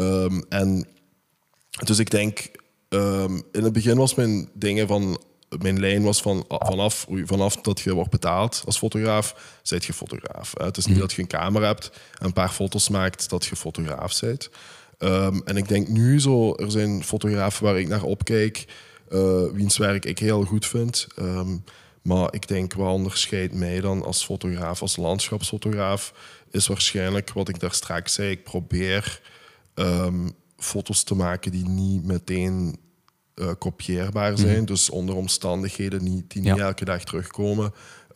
Dus ik denk... in het begin was mijn lijn was vanaf dat je wordt betaald als fotograaf, zijt je fotograaf. Het is niet dat je een camera hebt en een paar foto's maakt dat je fotograaf bent. En ik denk nu er zijn fotografen waar ik naar opkijk, wiens werk ik heel goed vind. Maar ik denk, wat onderscheidt mij dan als fotograaf, als landschapsfotograaf, is waarschijnlijk wat ik daar straks zei. Ik probeer foto's te maken die niet meteen kopieerbaar zijn. Dus onder omstandigheden die niet elke dag terugkomen.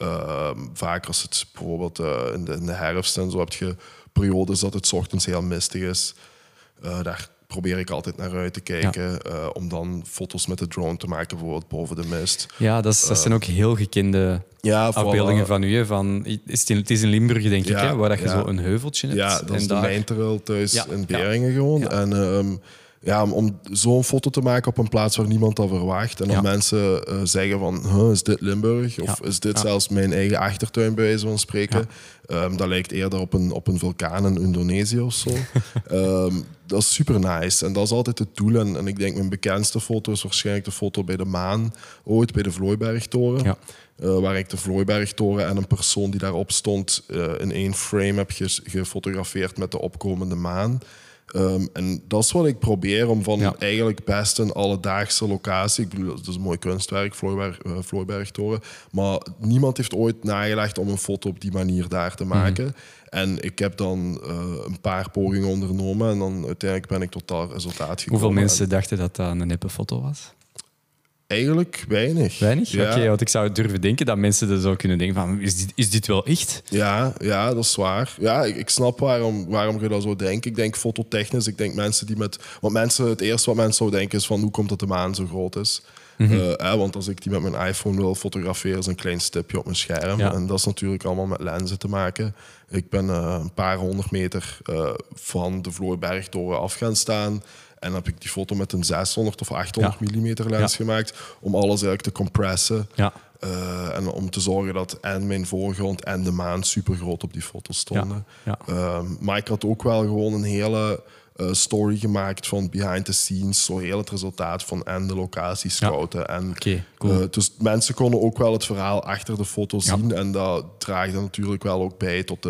Vaak als het bijvoorbeeld in de herfst en zo heb je periodes dat het 's ochtends heel mistig is. Daar probeer ik altijd naar uit te kijken. Om dan foto's met de drone te maken, bijvoorbeeld boven de mist. Ja, dat zijn ook heel gekende afbeeldingen van u. Het is in Limburg, denk ik, hè, waar dat je zo een heuveltje hebt. Ja, dat is de Mijnterel thuis in Beringen gewoon. Ja. En om zo'n foto te maken op een plaats waar niemand dat verwacht. En dan mensen zeggen van, is dit Limburg? Of is dit zelfs mijn eigen achtertuin, bij wijze van spreken? Dat lijkt eerder op een vulkaan in Indonesië of zo. Dat is super nice. En dat is altijd het doel. En ik denk, mijn bekendste foto is waarschijnlijk de foto bij de maan. Ooit bij de Vlooibergtoren. Ja. Waar ik de Vlooibergtoren en een persoon die daarop stond in één frame heb gefotografeerd met de opkomende maan. En dat is wat ik probeer om van eigenlijk best een alledaagse locatie. Ik bedoel, dat is een mooi kunstwerk, Vlooibergtoren. Maar niemand heeft ooit nagedacht om een foto op die manier daar te maken. En ik heb dan een paar pogingen ondernomen en dan uiteindelijk ben ik tot dat resultaat gekomen. Hoeveel mensen dachten dat dat een neppe foto was? Eigenlijk weinig. Weinig? Ja. Oké, want ik zou durven denken dat mensen er zo kunnen denken van, is dit wel echt? Ja, dat is waar. Ja, ik snap waarom je dat zo denkt. Ik denk fototechnisch, ik denk mensen die het eerste wat mensen zouden denken is van, hoe komt het de maan zo groot is? Want als ik die met mijn iPhone wil fotograferen, is een klein stipje op mijn scherm. Ja. En dat is natuurlijk allemaal met lenzen te maken. Ik ben een paar 100 meter van de Vlooibergtoren af gaan staan. En heb ik die foto met een 600 of 800 mm lens gemaakt om alles eigenlijk te compressen. Ja. En om te zorgen dat en mijn voorgrond en de maan super groot op die foto stonden. Ja. Ja. Maar ik had ook wel gewoon een hele story gemaakt van behind the scenes. Zo heel het resultaat van en de locatie scouten. Ja. Cool. Dus mensen konden ook wel het verhaal achter de foto zien. En dat draagde natuurlijk wel ook bij tot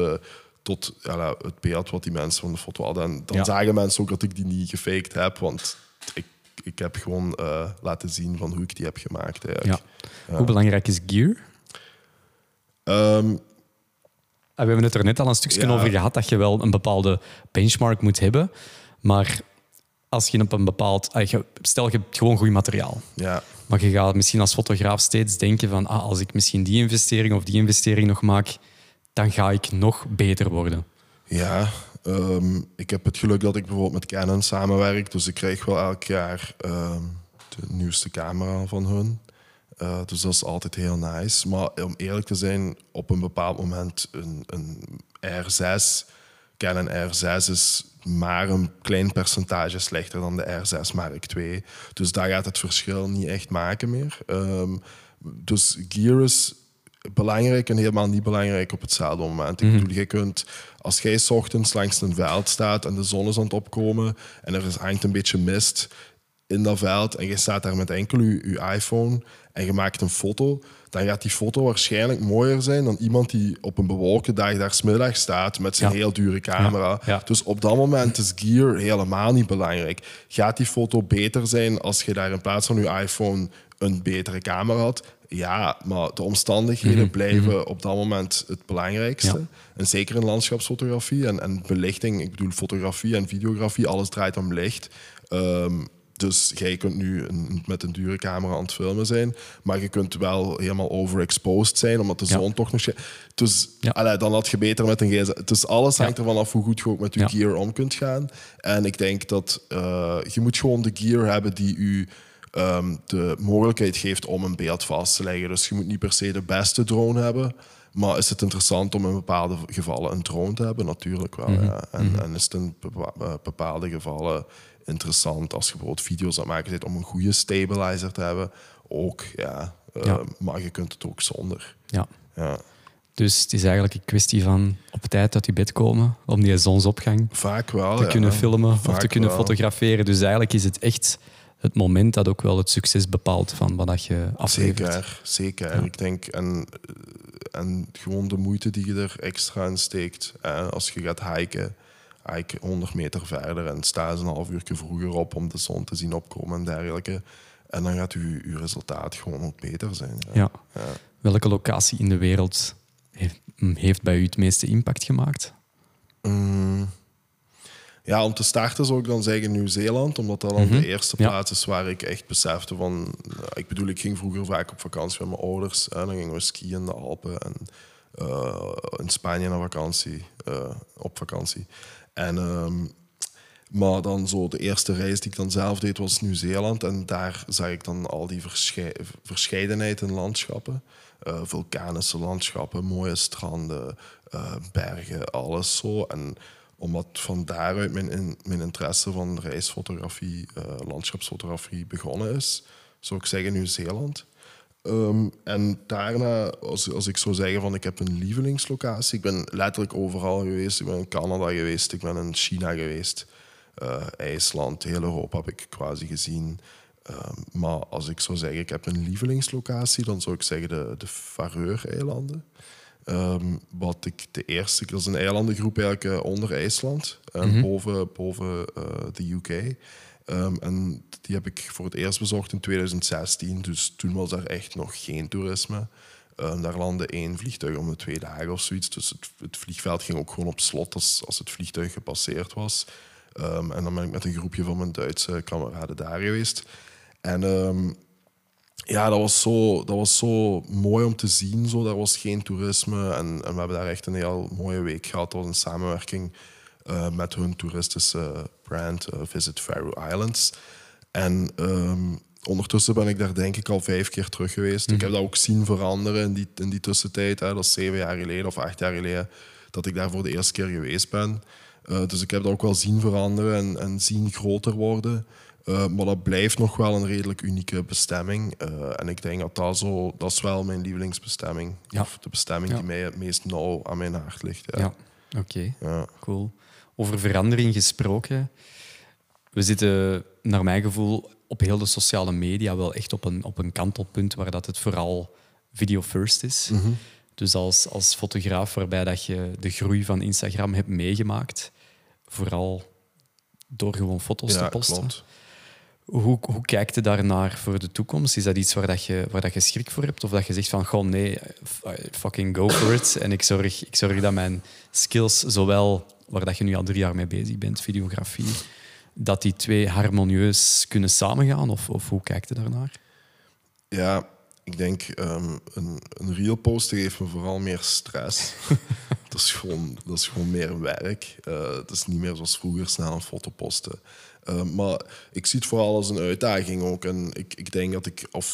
het beeld wat die mensen van de foto hadden. En dan zagen mensen ook dat ik die niet gefaked heb, want ik heb gewoon laten zien van hoe ik die heb gemaakt. Eigenlijk. Ja. Hoe belangrijk is gear? We hebben het er net al een stukje over gehad, dat je wel een bepaalde benchmark moet hebben. Maar als je op een bepaald... Stel, je hebt gewoon goed materiaal. Ja. Maar je gaat misschien als fotograaf steeds denken van, als ik misschien die investering of die investering nog maak, dan ga ik nog beter worden. Ja, ik heb het geluk dat ik bijvoorbeeld met Canon samenwerk. Dus ik krijg wel elk jaar de nieuwste camera van hun. Dus dat is altijd heel nice. Maar om eerlijk te zijn, op een bepaald moment een R6, Canon R6 is maar een klein percentage slechter dan de R6 Mark II. Dus daar gaat het verschil niet echt maken meer. Dus gear is belangrijk en helemaal niet belangrijk op hetzelfde moment. Ik bedoel, je kunt, als jij 's ochtends langs een veld staat en de zon is aan het opkomen en er hangt een beetje mist in dat veld en je staat daar met enkel je iPhone en je maakt een foto, dan gaat die foto waarschijnlijk mooier zijn dan iemand die op een bewolkte dag daar 's middags staat met zijn heel dure camera. Ja. Ja. Dus op dat moment is gear helemaal niet belangrijk. Gaat die foto beter zijn als je daar in plaats van je iPhone een betere camera had? Ja, maar de omstandigheden blijven op dat moment het belangrijkste. Ja. En zeker in landschapsfotografie en belichting. Ik bedoel, fotografie en videografie, alles draait om licht. Dus jij kunt nu met een dure camera aan het filmen zijn, maar je kunt wel helemaal overexposed zijn, omdat de zon toch nog... Dus dan had je beter met een gsm. Dus alles hangt ervan af hoe goed je ook met je gear om kunt gaan. En ik denk dat je moet gewoon de gear hebben die u de mogelijkheid geeft om een beeld vast te leggen. Dus je moet niet per se de beste drone hebben, maar is het interessant om in bepaalde gevallen een drone te hebben? Natuurlijk wel. Ja. En is het in bepaalde gevallen interessant als je bijvoorbeeld video's aan het maken bent om een goede stabilizer te hebben? Ook, maar je kunt het ook zonder. Ja. Dus het is eigenlijk een kwestie van op tijd uit je bed komen om die zonsopgang vaak wel, te kunnen filmen of te kunnen fotograferen. Dus eigenlijk is het echt het moment dat ook wel het succes bepaalt van wat je aflevert. Zeker. Ja. Ik denk, en gewoon de moeite die je er extra in steekt. Als je gaat hiken 100 meter verder en sta eens een half uur vroeger op om de zon te zien opkomen en dergelijke. En dan gaat je resultaat gewoon ook beter zijn. Ja. Welke locatie in de wereld heeft bij u het meeste impact gemaakt? Ja, om te starten zou ik dan zeggen Nieuw-Zeeland, omdat dat dan de eerste plaats is waar ik echt besefte van... Ik bedoel, ik ging vroeger vaak op vakantie met mijn ouders. En dan gingen we skiën in de Alpen en in Spanje naar vakantie, op vakantie. En, maar dan zo de eerste reis die ik dan zelf deed was Nieuw-Zeeland. En daar zag ik dan al die verscheidenheid in landschappen. Vulkanische landschappen, mooie stranden, bergen, alles zo. En omdat van daaruit mijn interesse van reisfotografie, landschapsfotografie begonnen is, zou ik zeggen Nieuw-Zeeland. En daarna, als ik zou zeggen van ik heb een lievelingslocatie, ik ben letterlijk overal geweest. Ik ben in Canada geweest, ik ben in China geweest, IJsland, heel Europa heb ik quasi gezien. Maar als ik zou zeggen ik heb een lievelingslocatie, dan zou ik zeggen de Faroe-eilanden. Wat ik de eerste, dat is een eilandengroep eigenlijk onder IJsland, boven de UK. En die heb ik voor het eerst bezocht in 2016, dus toen was er echt nog geen toerisme. Daar landde 1 vliegtuig om de 2 dagen of zoiets, dus het vliegveld ging ook gewoon op slot als het vliegtuig gepasseerd was. En dan ben ik met een groepje van mijn Duitse kameraden daar geweest. En ja, dat was zo mooi om te zien. Zo. Daar was geen toerisme. En we hebben daar echt een heel mooie week gehad. Dat was een samenwerking met hun toeristische brand Visit Faroe Islands. En ondertussen ben ik daar denk ik al 5 keer terug geweest. Ik heb dat ook zien veranderen in die tussentijd. Hè. Dat is 7 jaar geleden of 8 jaar geleden dat ik daar voor de eerste keer geweest ben. Dus ik heb dat ook wel zien veranderen en zien groter worden. Maar dat blijft nog wel een redelijk unieke bestemming. En ik denk dat is wel mijn lievelingsbestemming. Ja. Of de bestemming die mij het meest nauw aan mijn hart ligt. Ja. Oké. Cool. Over verandering gesproken. We zitten, naar mijn gevoel, op heel de sociale media wel echt op een kantelpunt waar dat het vooral video first is. Dus als fotograaf waarbij dat je de groei van Instagram hebt meegemaakt, vooral door gewoon foto's te posten. Klopt. Hoe kijkt je daarnaar voor de toekomst? Is dat iets waar je schrik voor hebt? Of dat je zegt van, goh, nee, fucking go for it. En ik zorg dat mijn skills, zowel waar dat je nu al 3 jaar mee bezig bent, videografie, dat die 2 harmonieus kunnen samengaan? Of hoe kijkt je daarnaar? Ja, ik denk een reel posten geeft me vooral meer stress. dat is gewoon meer werk. Het is niet meer zoals vroeger snel een foto posten. Maar ik zie het vooral als een uitdaging ook. En ik denk dat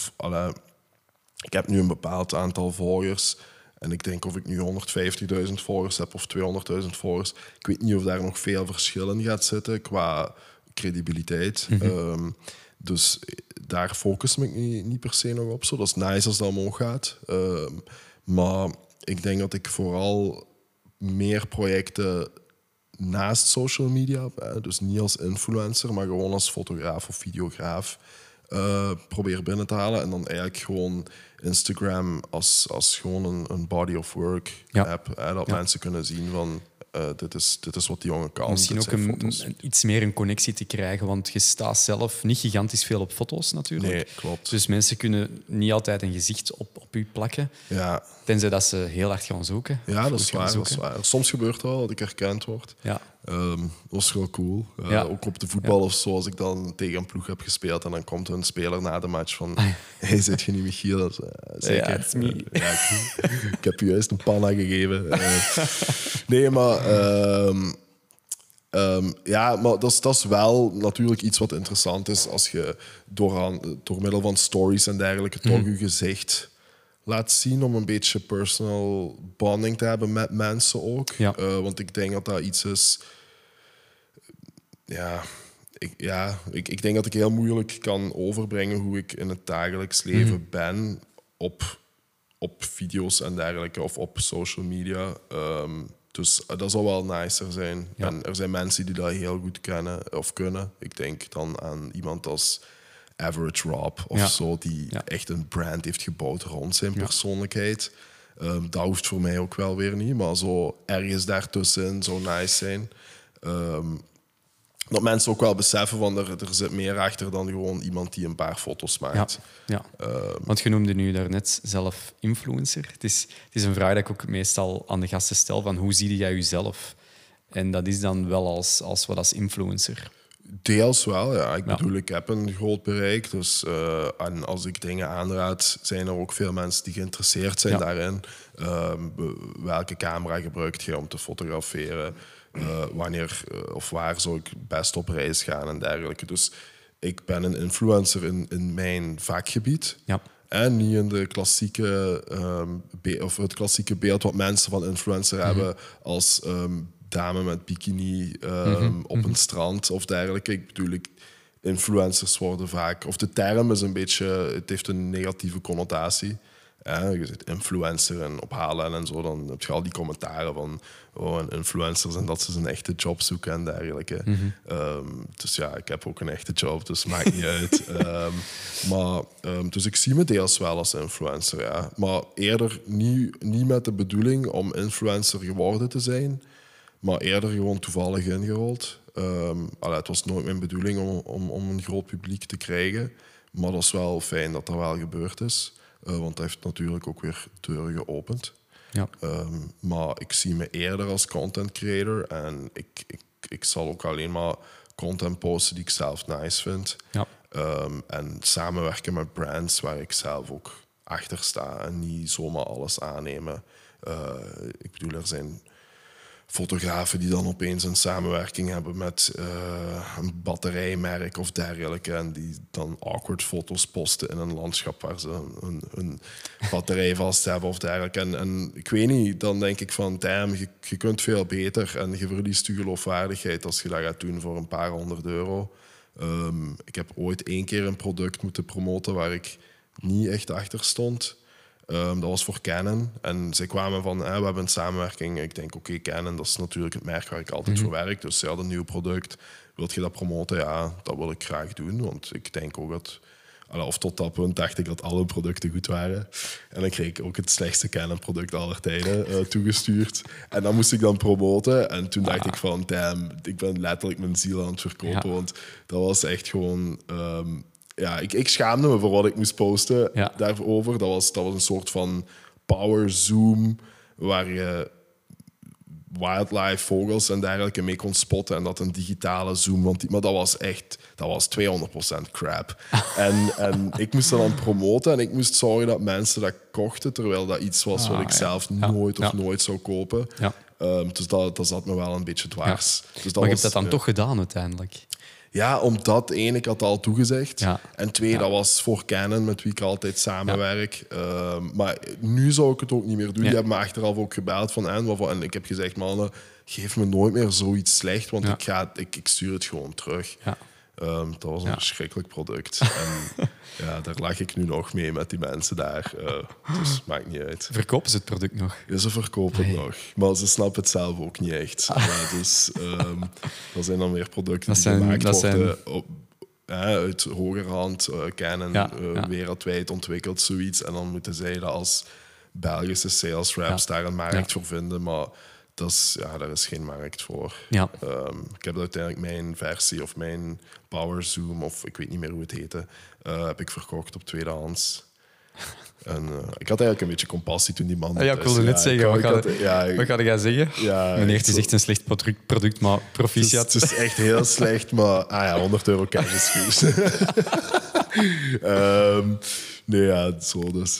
ik heb nu een bepaald aantal volgers. En ik denk of ik nu 150.000 volgers heb of 200.000 volgers. Ik weet niet of daar nog veel verschil in gaat zitten qua credibiliteit. Dus daar focus ik me niet per se nog op. Zo. Dat is nice als dat omhoog gaat. Maar ik denk dat ik vooral meer projecten naast social media, dus niet als influencer, maar gewoon als fotograaf of videograaf, probeer binnen te halen. En dan eigenlijk gewoon Instagram als gewoon een body of work app. Dat mensen kunnen zien van dit is wat die jongen kan. Misschien ook iets meer een connectie te krijgen, want je staat zelf niet gigantisch veel op foto's natuurlijk. Nee, klopt. Dus mensen kunnen niet altijd een gezicht op u plakken. Ja. Tenzij dat ze heel hard gaan zoeken. Ja, dat is waar. Soms gebeurt het wel dat ik herkend word. Ja. Dat is wel cool. Ook op de voetbal of zo, als ik dan tegen een ploeg heb gespeeld en dan komt een speler na de match van hey, zit je niet Michiel? Zeker. Ja, it's me. Ik heb je juist een panna gegeven. Nee, maar maar dat is wel natuurlijk iets wat interessant is als je door middel van stories en dergelijke toch je gezicht laat zien om een beetje personal bonding te hebben met mensen ook. Ja. Want ik denk dat dat iets is... Ik denk dat ik heel moeilijk kan overbrengen hoe ik in het dagelijks leven ben op video's en dergelijke of op social media. Dus dat zou wel nicer zijn. Ja. En er zijn mensen die dat heel goed kennen of kunnen. Ik denk dan aan iemand als Average Rob of zo, die echt een brand heeft gebouwd rond zijn persoonlijkheid. Dat hoeft voor mij ook wel weer niet, maar zo ergens daartussenin zou nice zijn. Dat mensen ook wel beseffen van er zit meer achter dan gewoon iemand die een paar foto's maakt. Ja. Want je noemde nu daarnet zelf influencer. Het is een vraag die ik ook meestal aan de gasten stel, van hoe zie jij jezelf? En dat is dan wel als influencer. Deels wel, ja. Ik bedoel, ik heb een groot bereik. Dus en als ik dingen aanraad, zijn er ook veel mensen die geïnteresseerd zijn daarin. Welke camera gebruikt je om te fotograferen? Wanneer of waar zou ik best op reis gaan en dergelijke. Dus ik ben een influencer in mijn vakgebied. Ja. En niet in de klassieke, of het klassieke beeld wat mensen van influencer hebben als dame met bikini op een strand of dergelijke. Ik bedoel, influencers worden vaak... Of de term is een beetje... Het heeft een negatieve connotatie. Je zit influencer en op HLN en zo, dan heb je al die commentaren van een influencers en dat ze een echte job zoeken en dergelijke. Dus ja, ik heb ook een echte job, dus maakt niet uit. Dus ik zie me deels wel als influencer, ja. Maar eerder niet met de bedoeling om influencer geworden te zijn, maar eerder gewoon toevallig ingerold. Het was nooit mijn bedoeling om een groot publiek te krijgen, maar dat is wel fijn dat dat wel gebeurd is. Want dat heeft natuurlijk ook weer deuren geopend. Ja. Maar ik zie me eerder als content creator. En ik zal ook alleen maar content posten die ik zelf nice vind. Ja. En samenwerken met brands waar ik zelf ook achter sta. En niet zomaar alles aannemen. Ik bedoel, er zijn fotografen die dan opeens een samenwerking hebben met een batterijmerk of dergelijke en die dan awkward foto's posten in een landschap waar ze een batterij vast hebben of dergelijke. En ik weet niet, dan denk ik van damn, je kunt veel beter en je verliest je geloofwaardigheid als je dat gaat doen voor een paar €100. Ik heb ooit 1 keer een product moeten promoten waar ik niet echt achter stond. Dat was voor Canon. En zij kwamen van, we hebben een samenwerking. Ik denk, oké, Canon, dat is natuurlijk het merk waar ik altijd voor werk. Dus ze hadden een nieuw product. Wilt je dat promoten? Ja, dat wil ik graag doen. Want ik denk ook dat... Of tot dat punt dacht ik dat alle producten goed waren. En dan kreeg ik ook het slechtste Canon-product aller tijden toegestuurd. En dan moest ik dan promoten. En toen dacht ik van, damn, ik ben letterlijk mijn ziel aan het verkopen. Ja. Want dat was echt gewoon... ik schaamde me voor wat ik moest posten daarover. Dat was een soort van power zoom waar je wildlife, vogels en dergelijke mee kon spotten. En dat een digitale zoom. Maar dat was 200% crap. En ik moest dat dan promoten en ik moest zorgen dat mensen dat kochten, terwijl dat iets was wat ik zelf nooit zou kopen. Ja. Dus dat zat me wel een beetje dwars. Ja. Dus maar je hebt dat dan toch gedaan uiteindelijk? Ja, omdat één, ik had al toegezegd. Ja. En twee, dat was voor Canon, met wie ik altijd samenwerk. Ja. Maar nu zou ik het ook niet meer doen. Die hebben me achteraf ook gebeld van en ik heb gezegd, mannen, geef me nooit meer zoiets slecht, want ik stuur het gewoon terug. Ja. Dat was een verschrikkelijk product. En daar lag ik nu nog mee met die mensen daar. Dus maakt niet uit. Verkopen ze het product nog? Ja, ze verkopen het nog. Maar ze snappen het zelf ook niet echt. Dus dat zijn dan weer producten die gemaakt worden uit hogerhand. Canon wereldwijd ontwikkeld zoiets. En dan moeten zij dat als Belgische sales reps daar een markt voor vinden. Maar... daar is geen markt voor. Ja. Ik heb uiteindelijk mijn versie of mijn Power Zoom, of ik weet niet meer hoe het heette, heb ik verkocht op tweedehands. En ik had eigenlijk een beetje compassie toen die man... ik wilde net zeggen, wat ga jij zeggen? Ja, meneer, het is echt een slecht product, maar proficiat. Het is echt heel slecht, maar €100 cash is goed. Zo dus.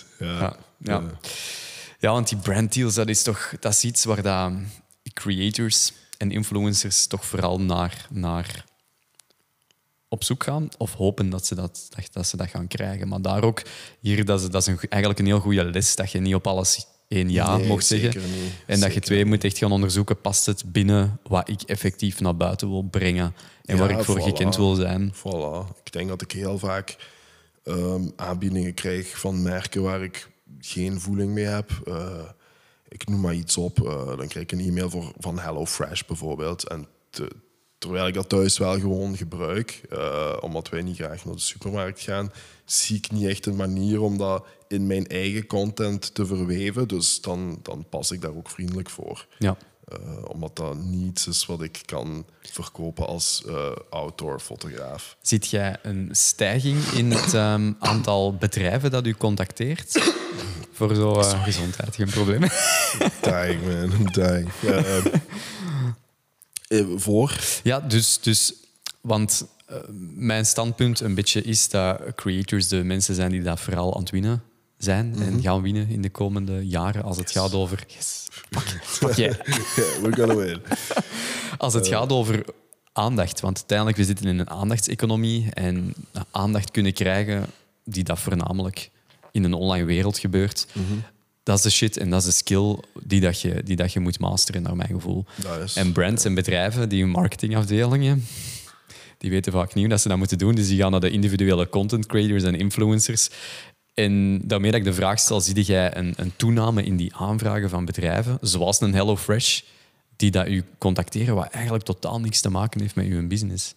Ja, want die branddeals, dat is iets waar dat creators en influencers toch vooral naar op zoek gaan. Of hopen dat ze dat gaan krijgen. Maar daar ook, dat is eigenlijk een heel goede les. Dat je niet op alles 1 mocht zeggen. Niet. En dat je 2 moet echt gaan onderzoeken, past het binnen wat ik effectief naar buiten wil brengen. En waar ik voor gekend wil zijn. Voilà. Ik denk dat ik heel vaak aanbiedingen krijg van merken waar ik geen voeling mee heb. Ik noem maar iets op. Dan krijg ik een e-mail van HelloFresh bijvoorbeeld. En terwijl ik dat thuis wel gewoon gebruik, omdat wij niet graag naar de supermarkt gaan, zie ik niet echt een manier om dat in mijn eigen content te verweven. Dus dan pas ik daar ook vriendelijk voor. Ja. Omdat dat niets is wat ik kan verkopen als outdoor-fotograaf. Ziet jij een stijging in het aantal bedrijven dat u contacteert? Voor zo'n gezondheid, geen probleem. I'm dying, man. I'm dying. Voor? Ja, dus want mijn standpunt een beetje is dat creators de mensen zijn die dat vooral aan het winnen zijn en gaan winnen in de komende jaren als het gaat over... Yes. Fuck yeah. We're gonna win. Als het gaat over aandacht, want uiteindelijk we zitten in een aandachtseconomie en aandacht kunnen krijgen die dat voornamelijk in een online wereld gebeurt. Dat is de shit en dat is de skill die dat je moet masteren, naar mijn gevoel. En brands en bedrijven die hun marketingafdelingen, die weten vaak niet hoe dat ze dat moeten doen. Dus die gaan naar de individuele content creators en influencers. En daarmee dat ik de vraag stel, zie jij een toename in die aanvragen van bedrijven, zoals een HelloFresh, die dat u contacteren, wat eigenlijk totaal niks te maken heeft met uw business?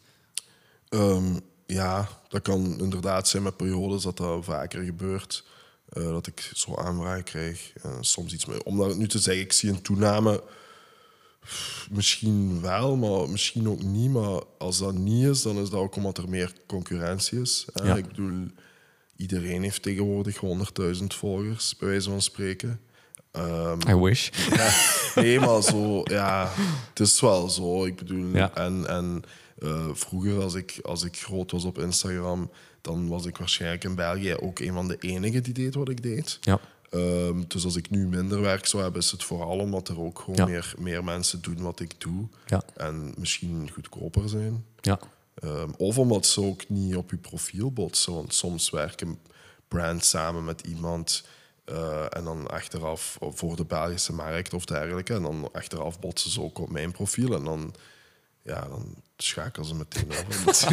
Ja, dat kan inderdaad zijn met periodes dat vaker gebeurt. Dat ik zo aanvragen krijg. Soms iets meer. Om dat nu te zeggen, ik zie een toename. Misschien wel, maar misschien ook niet. Maar als dat niet is, dan is dat ook omdat er meer concurrentie is. Ja. Ik bedoel, iedereen heeft tegenwoordig 100.000 volgers, bij wijze van spreken. I wish. Ja, nee, maar zo, ja, het is wel zo. Ik bedoel, Ja. en vroeger, als ik groot was op Instagram, dan was ik waarschijnlijk in België ook een van de enigen die deed wat ik deed. Ja. Dus als ik nu minder werk zou hebben, is het vooral omdat er ook gewoon Ja. meer mensen doen wat ik doe. Ja. En misschien goedkoper zijn. Ja. Of omdat ze ook niet op je profiel botsen. Want soms werken brands samen met iemand en dan achteraf voor de Belgische markt of dergelijke. En dan achteraf botsen ze ook op mijn profiel. En dan schakelen ze meteen over.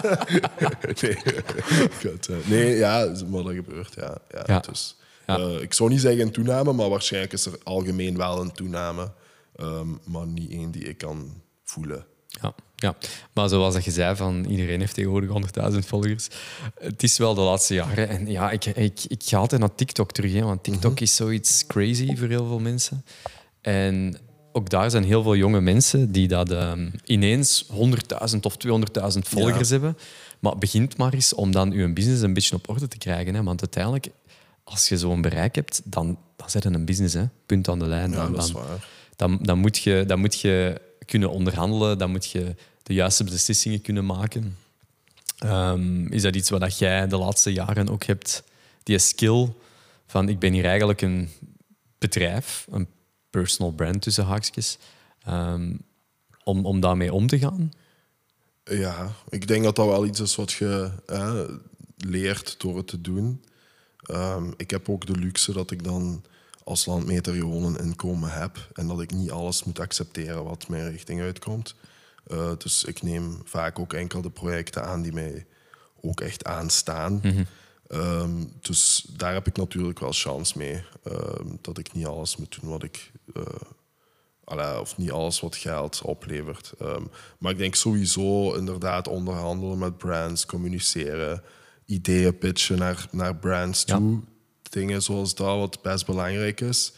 Nee, ja, maar dat gebeurt. Ja. Dus, ik zou niet zeggen een toename, maar waarschijnlijk is er algemeen wel een toename. Maar niet één die ik kan voelen. Ja, maar zoals dat je zei, van iedereen heeft tegenwoordig 100.000 volgers. Het is wel de laatste jaren. En ja, ik ga altijd naar TikTok terug, hè, want TikTok is zoiets crazy voor heel veel mensen. En ook daar zijn heel veel jonge mensen die dat ineens 100.000 of 200.000 volgers hebben. Maar het begint maar eens om dan je business een beetje op orde te krijgen. Hè, want uiteindelijk, als je zo'n bereik hebt, dan zet je een business, hè, punt aan de lijn. Ja, dat is waar. Dan moet je kunnen onderhandelen, dan moet je de juiste beslissingen kunnen maken. Is dat iets wat jij de laatste jaren ook hebt? Die skill van ik ben hier eigenlijk een bedrijf, een personal brand tussen haakjes, om daarmee om te gaan? Ja, ik denk dat dat wel iets is wat je leert door het te doen. Ik heb ook de luxe dat ik dan als landmeter gewoon een inkomen heb en dat ik niet alles moet accepteren wat mijn richting uitkomt. Dus ik neem vaak ook enkel de projecten aan die mij ook echt aanstaan. Dus daar heb ik natuurlijk wel chance mee. Dat ik niet alles moet doen wat ik... of niet alles wat geld oplevert. Maar ik denk sowieso inderdaad onderhandelen met brands, communiceren, ideeën pitchen naar brands toe. Dingen zoals dat, wat best belangrijk is.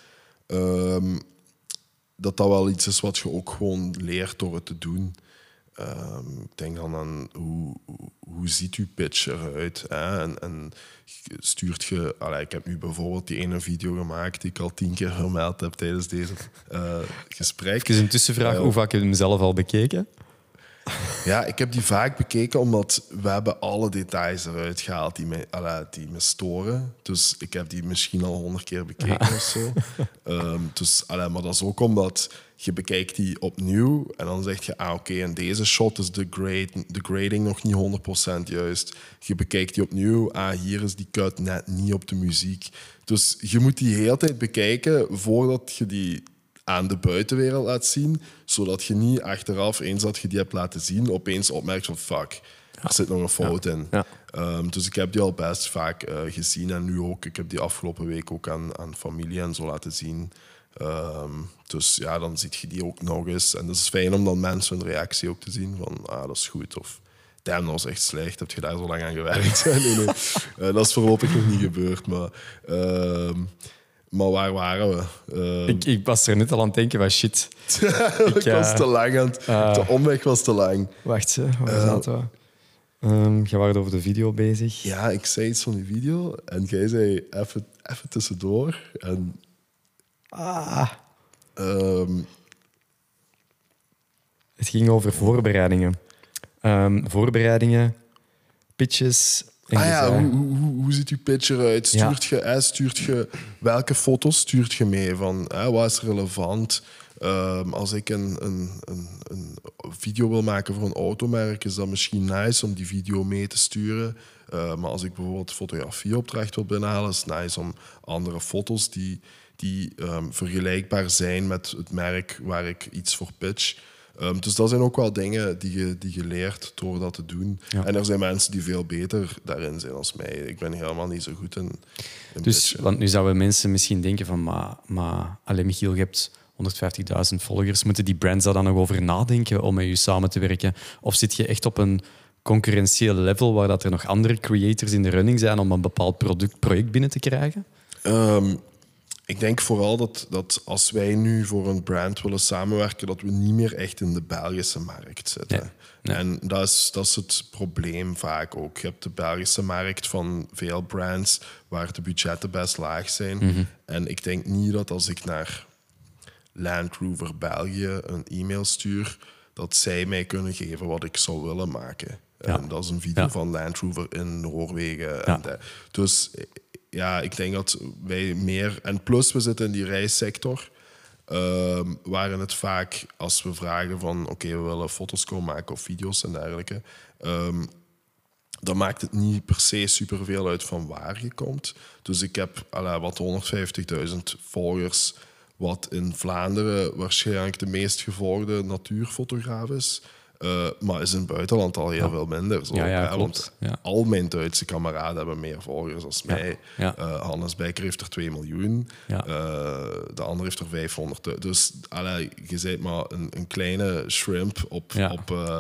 Dat wel iets is wat je ook gewoon leert door het te doen. Ik denk dan aan hoe ziet uw pitch eruit? Hè? En stuurt je... ik heb nu bijvoorbeeld die ene video gemaakt die ik al 10 keer vermeld heb tijdens deze gesprek. Even een tussenvraag, hoe vaak heb je hem zelf al bekeken? Ja, ik heb die vaak bekeken omdat we hebben alle details eruit gehaald die me storen. Dus ik heb die misschien al 100 keer bekeken of zo. Maar dat is ook omdat je bekijkt die opnieuw en dan zeg je, oké, in deze shot is de grading nog niet 100% juist. Je bekijkt die opnieuw, hier is die cut net niet op de muziek. Dus je moet die hele tijd bekijken voordat je die aan de buitenwereld laat zien, zodat je niet achteraf, eens dat je die hebt laten zien, opeens opmerkt van fuck, er zit nog een fout in. Ja. Dus ik heb die al best vaak gezien en nu ook. Ik heb die afgelopen week ook aan familie en zo laten zien. Dus ja, dan zie je die ook nog eens. En het is fijn om dan mensen hun reactie ook te zien van dat is goed of damn, dat was echt slecht. Heb je daar zo lang aan gewerkt? Nee. Dat is voorlopig nog niet gebeurd, maar... Maar waar waren we? Ik was er net al aan het denken van shit. Ik was te lang de omweg was te lang. Wacht, waar zaten we? Je was over de video bezig. Ja, ik zei iets van die video en jij zei even tussendoor. En, Het ging over voorbereidingen. Voorbereidingen, pitches. En hoe ziet uw pitch eruit? Stuurt je welke foto's stuurt je mee? Van, wat is relevant? Als ik een video wil maken voor een automerk, is dat misschien nice om die video mee te sturen. Maar als ik bijvoorbeeld fotografieopdracht wil binnenhalen, is het nice om andere foto's die vergelijkbaar zijn met het merk waar ik iets voor pitch. Dus dat zijn ook wel dingen die je leert door dat te doen. Ja. En er zijn mensen die veel beter daarin zijn dan mij. Ik ben helemaal niet zo goed in dus, pitchen. Want nu zouden mensen misschien denken van... Maar Michiel, je hebt 150.000 volgers. Moeten die brands daar dan nog over nadenken om met je samen te werken? Of zit je echt op een concurrentieel level waar dat er nog andere creators in de running zijn om een bepaald project binnen te krijgen? Ik denk vooral dat als wij nu voor een brand willen samenwerken, dat we niet meer echt in de Belgische markt zitten. Nee. En dat is het probleem vaak ook. Je hebt de Belgische markt van veel brands waar de budgetten best laag zijn. Mm-hmm. En ik denk niet dat als ik naar Land Rover België een e-mail stuur, dat zij mij kunnen geven wat ik zou willen maken. Ja. En dat is een video van Land Rover in Noorwegen. Ja. Dus ja, ik denk dat wij meer... En plus, we zitten in die reissector, waarin het vaak, als we vragen van oké, we willen foto's komen maken of video's en dergelijke, dan maakt het niet per se superveel uit van waar je komt. Dus ik heb wat 150.000 volgers, wat in Vlaanderen waarschijnlijk de meest gevolgde natuurfotograaf is. Maar is in het buitenland al heel veel minder. Zo. Klopt. Want al mijn Duitse kameraden hebben meer volgers dan mij. Ja. Hannes Bijker heeft er 2 miljoen. Ja. De ander heeft er 500. Dus je bent maar een kleine shrimp op... Ja.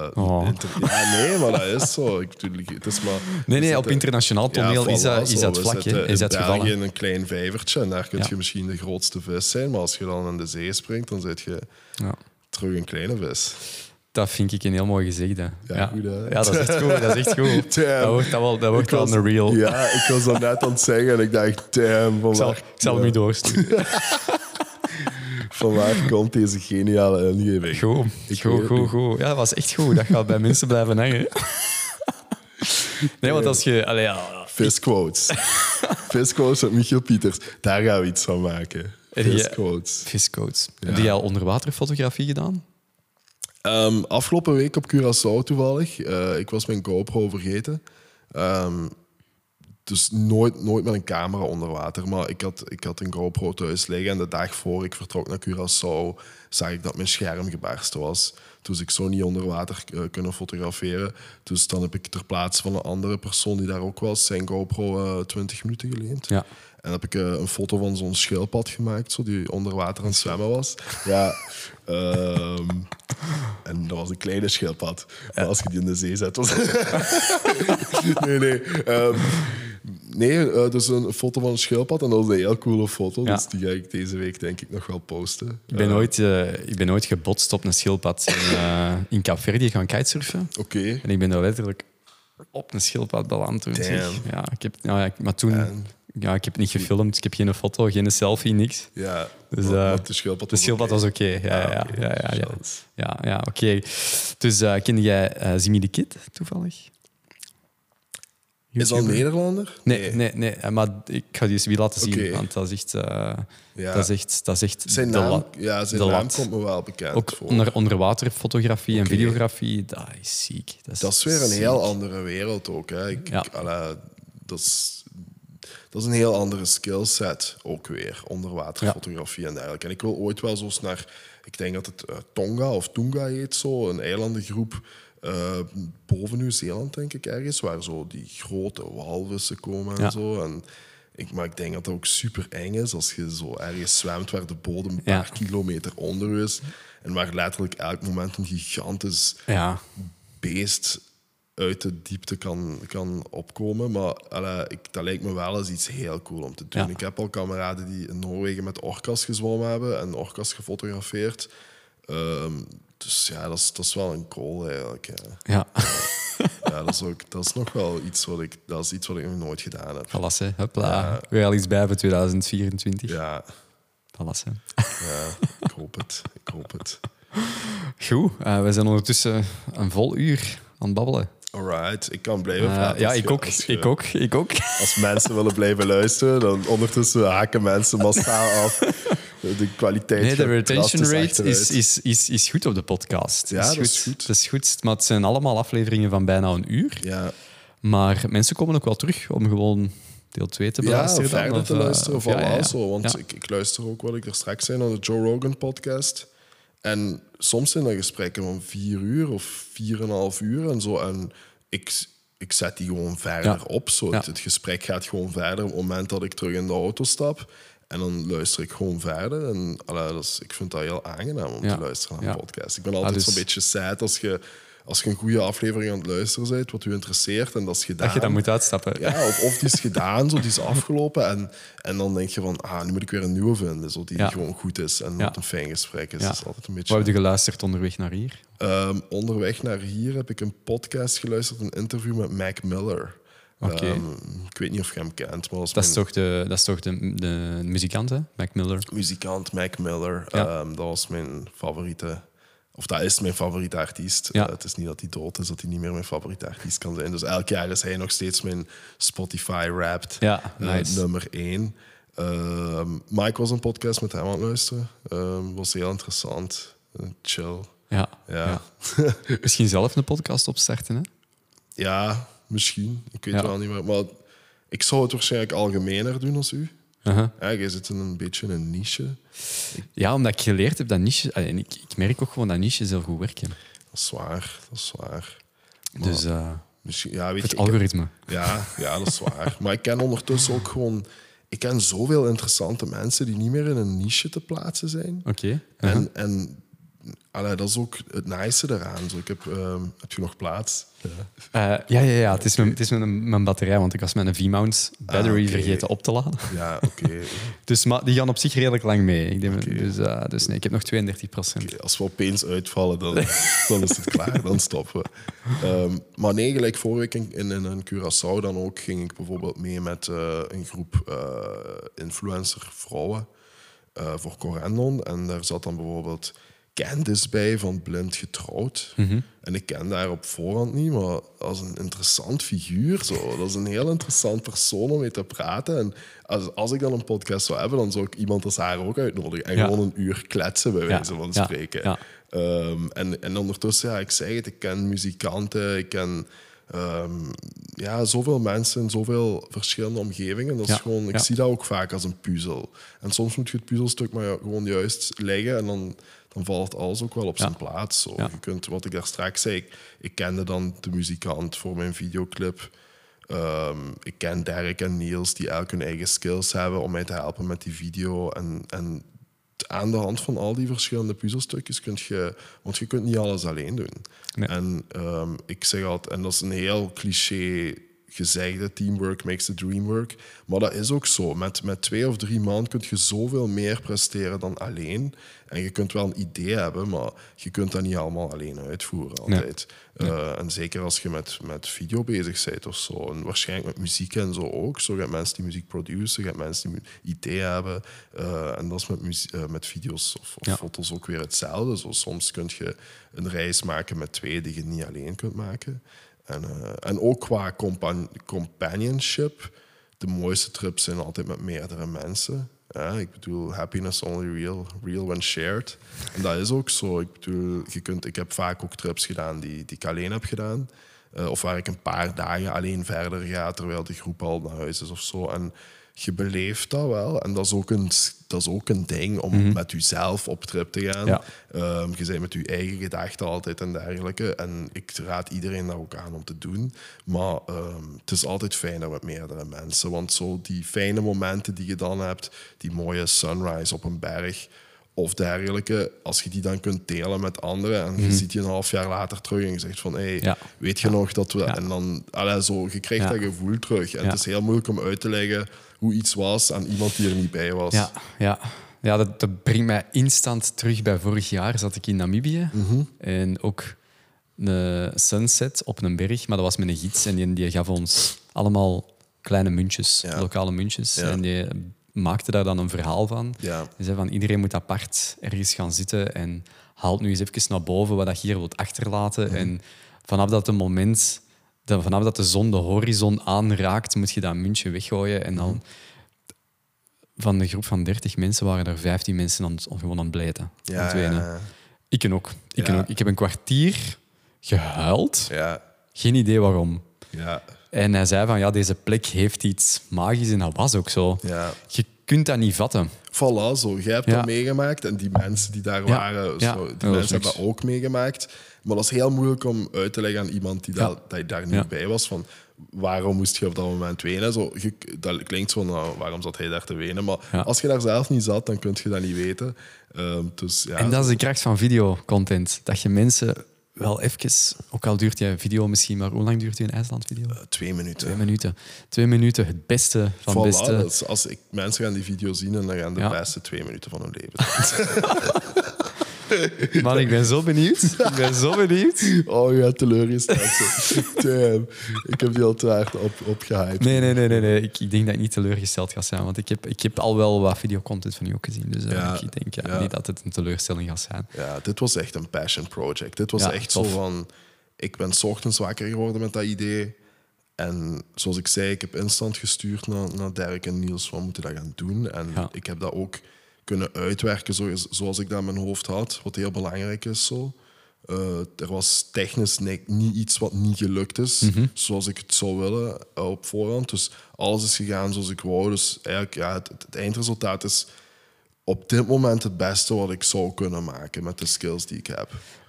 Nee, maar dat is zo. Het is maar, op internationaal toneel is dat vlak. Is dat België in een klein vijvertje en daar kun je misschien de grootste vis zijn. Maar als je dan in de zee springt, dan zit je terug een kleine vis. Dat vind ik een heel mooi gezegde. Ja, goed, hè? Ja, dat is echt goed. Dat is echt goed. Dat wordt wel een real. Ja, ik was dat net aan het zeggen en ik dacht, damn. Ik zal hem nu doorsturen. Van waar komt deze geniale ingeving? Goed. Ja, dat was echt goed. Dat gaat bij mensen blijven hangen. Nee, want als je... Visquotes. Visquotes met Michiel Pieters. Daar gaan we iets van maken. Visquotes. Ja. Heb je al onderwaterfotografie gedaan? Afgelopen week op Curaçao toevallig. Ik was mijn GoPro vergeten. Dus nooit met een camera onder water. Maar ik had een GoPro thuis liggen. En de dag voor ik vertrok naar Curaçao zag ik dat mijn scherm gebarsten was. Dus ik zou niet onder water kunnen fotograferen. Dus dan heb ik ter plaatse van een andere persoon die daar ook was, zijn GoPro 20 minuten geleend. Ja. En heb ik een foto van zo'n schildpad gemaakt, zo, die onder water aan het zwemmen was. Ja. En dat was een kleine schildpad. Maar als je die in de zee zet, was... Nee, dus een foto van een schildpad en dat was een heel coole foto. Ja. Dus die ga ik deze week denk ik nog wel posten. Ik ben ooit gebotst op een schildpad in Kaapverdië gaan kitesurfen. Oké. En ik ben daar letterlijk op een schildpad beland toen. Maar toen... Ja, ik heb niet gefilmd, ik heb geen foto, geen selfie, niks. Ja, dus, de schildpad was oké. Ja, oké. Dus kende jij Zimi the Kid toevallig? Is dat een Nederlander? Nee, maar ik ga die eens weer laten zien, want dat is echt zijn naam komt me wel bekend ook voor. Onderwaterfotografie en videografie, dat is ziek. Dat is weer een heel andere wereld ook. Hè. Dat is een heel andere skillset ook weer, onderwaterfotografie en dergelijke. En ik wil ooit wel zo naar, ik denk dat het Tonga of Toonga heet, zo, een eilandengroep boven Nieuw-Zeeland, denk ik, ergens, waar zo die grote walvissen komen en zo. Maar ik denk dat dat ook super eng is als je zo ergens zwemt waar de bodem een paar kilometer onder is en waar letterlijk elk moment een gigantisch beest uit de diepte kan opkomen. Maar dat lijkt me wel eens iets heel cool om te doen. Ja. Ik heb al kameraden die in Noorwegen met orka's gezwommen hebben en orka's gefotografeerd. Dus ja, dat is wel een goal eigenlijk. Ja. Dat is nog wel iets wat ik nog nooit gedaan heb. Valasse, hopla. Weer al iets bij voor 2024. Ja. Valasse. Ja, ik hoop het. Goed, we zijn ondertussen een vol uur aan het babbelen. Alright, ik kan blijven praten. Ja, ik ook. Als mensen willen blijven luisteren, dan ondertussen haken mensen massaal af. De kwaliteit... Nee, de gaat retention drastisch rate achteruit. is goed op de podcast. Ja, dat is goed. Dat is goed, maar het zijn allemaal afleveringen van bijna een uur. Ja, Maar mensen komen ook wel terug om gewoon deel 2 te beluisteren. verder dan, te luisteren of ja. zo. Want Ja. ik luister ook, wat ik er straks zei, naar de Joe Rogan podcast. En soms zijn dat gesprekken van 4 uur of 4,5 uur en zo. En ik zet die gewoon verder op. Zo. Ja. Het gesprek gaat gewoon verder op het moment dat ik terug in de auto stap. En dan luister ik gewoon verder. En ik vind dat heel aangenaam om te luisteren naar een podcast. Ik ben altijd zo'n beetje sad als je een goede aflevering aan het luisteren bent, wat u interesseert, en dat is gedaan. Dat je dat moet uitstappen. Ja, of die is gedaan, die is afgelopen. En dan denk je van, nu moet ik weer een nieuwe vinden, die gewoon goed is en wat een fijn gesprek is. Ja. Dat is altijd een beetje... Wat heb je geluisterd onderweg naar hier? Onderweg naar hier heb ik een podcast geluisterd, een interview met Mac Miller. Oké. Ik weet niet of je hem kent, maar Dat is toch de muzikant, hè? Mac Miller. muzikant Mac Miller. Ja. Dat was mijn favoriete... Of dat is mijn favoriete artiest. Ja. Het is niet dat hij dood is, dat hij niet meer mijn favoriete artiest kan zijn. Dus elk jaar is hij nog steeds mijn Spotify Wrapped nice. nummer 1. Maar ik was een podcast met hem aan het luisteren. Was heel interessant. Chill. Ja. Misschien zelf een podcast opstarten, hè? Ja, misschien. Ik weet Ja. wel niet meer. Maar ik zou het waarschijnlijk algemener doen als u. Uh-huh. Ja, jij zit in een beetje een niche. Ja, omdat ik geleerd heb dat niche... En ik merk ook gewoon dat niches heel goed werken. Dat is waar. Maar Dus misschien, ja, weet het je, algoritme. Ja, dat is waar. Maar ik ken ondertussen ook gewoon... Ik ken zoveel interessante mensen die niet meer in een niche te plaatsen zijn. Oké. Uh-huh. En dat is ook het nice eraan. Zo, heb je nog plaats? Ja. Het is mijn batterij, want ik was mijn V-mount battery vergeten op te laden. Ja, oké. Dus maar die gaan op zich redelijk lang mee. Ik denk, Oké. dus nee, ik heb nog 32%. Als we opeens uitvallen, dan is het klaar. Dan stoppen we. Maar nee, gelijk vorige week in een Curaçao dan ook ging ik bijvoorbeeld mee met een groep influencer vrouwen voor Corendon. En daar zat dan bijvoorbeeld Candice bij van Blind Getrouwd. En ik ken haar op voorhand niet, maar dat is een interessant figuur. Zo. Dat is een heel interessant persoon om mee te praten. En als ik dan een podcast zou hebben, dan zou ik iemand als haar ook uitnodigen. En gewoon een uur kletsen, bij wijze van spreken. Ja. En ondertussen, ik zeg het, ik ken muzikanten, ik ken... zoveel mensen in zoveel verschillende omgevingen. Dat is gewoon, ik zie dat ook vaak als een puzzel. En soms moet je het puzzelstuk maar gewoon juist leggen en dan valt alles ook wel op zijn plaats. Zo. Ja. Je kunt, wat ik daar straks zei, ik kende dan de muzikant voor mijn videoclip. Ik ken Derek en Niels, die elk hun eigen skills hebben om mij te helpen met die video. En aan de hand van al die verschillende puzzelstukjes want je kunt niet alles alleen doen. Nee. En ik zeg altijd, en dat is een heel cliché gezegde, teamwork makes the dream work. Maar dat is ook zo. Met 2 of 3 man kun je zoveel meer presteren dan alleen. En je kunt wel een idee hebben, maar je kunt dat niet allemaal alleen uitvoeren altijd. Nee. En zeker als je met video bezig bent of zo. En waarschijnlijk met muziek en zo ook. Zo, je hebt mensen die muziek produceren, je hebt mensen die idee hebben. En dat is met video's of foto's ook weer hetzelfde. Zo, soms kun je een reis maken met 2 die je niet alleen kunt maken. En ook qua companionship, de mooiste trips zijn altijd met meerdere mensen. Ja, ik bedoel, happiness only real when shared. En dat is ook zo. Ik bedoel, ik heb vaak ook trips gedaan die ik alleen heb gedaan. Of waar ik een paar dagen alleen verder ga, terwijl de groep al naar huis is of zo. En je beleeft dat wel. En dat is ook een ding om met jezelf op trip te gaan. Ja. Je bent met je eigen gedachten altijd en dergelijke. En ik raad iedereen dat ook aan om te doen. Maar het is altijd fijner met meerdere mensen. Want zo die fijne momenten die je dan hebt, die mooie sunrise op een berg of dergelijke, als je die dan kunt delen met anderen en je ziet je een half jaar later terug en je zegt van, weet je nog dat we... Ja. En dan, je krijgt dat gevoel terug. En het is heel moeilijk om uit te leggen hoe iets was aan iemand die er niet bij was. Ja, dat brengt mij instant terug bij vorig jaar. Zat ik in Namibië en ook een sunset op een berg, maar dat was met een gids en die gaf ons allemaal kleine muntjes, lokale muntjes. En die maakte daar dan een verhaal van. Ja. Die zei van iedereen moet apart ergens gaan zitten en haal nu eens even naar boven wat je hier wilt achterlaten. En vanaf dat vanaf dat de zon de horizon aanraakt, moet je dat muntje weggooien. En dan van de groep van 30 mensen waren er 15 mensen gewoon aan het blijten. Ja. Ik ook. Ik heb een kwartier gehuild. Ja. Geen idee waarom. Ja. En hij zei van, deze plek heeft iets magisch en dat was ook zo. Ja. Je kunt dat niet vatten. Voilà, zo. Jij hebt dat meegemaakt en die mensen die daar waren, die mensen hebben dat ook meegemaakt. Maar dat is heel moeilijk om uit te leggen aan iemand die daar niet bij was. Van, waarom moest je op dat moment wenen? Zo, dat klinkt zo, waarom zat hij daar te wenen? Maar als je daar zelf niet zat, dan kun je dat niet weten. En dat is de kracht van videocontent. Dat je mensen wel even, ook al duurt je video misschien, maar hoe lang duurt je een IJsland-video? 2 minuten. 2 minuten. 2 minuten, het beste van het beste. Als mensen gaan die video zien en dan gaan de beste 2 minuten van hun leven zijn. Man, ik ben zo benieuwd. Oh, je gaat teleurgesteld zijn. Ik heb die al te hard opgehyped. Nee. Ik denk dat ik niet teleurgesteld ga zijn, want ik heb al wel wat videocontent van jou ook gezien. Dus ik denk niet dat het een teleurstelling gaat zijn. Ja, dit was echt een passion project. Dit was echt tof. Zo van... Ik ben 's ochtends wakker geworden met dat idee. En zoals ik zei, ik heb instant gestuurd naar Dirk en Niels. Wat moeten we dat gaan doen? En ik heb dat ook kunnen uitwerken zoals ik dat in mijn hoofd had. Wat heel belangrijk is. Zo. Er was technisch niet iets wat niet gelukt is. Zoals ik het zou willen op voorhand. Dus alles is gegaan zoals ik wou. Dus eigenlijk, het eindresultaat is op dit moment het beste wat ik zou kunnen maken met de skills die ik heb.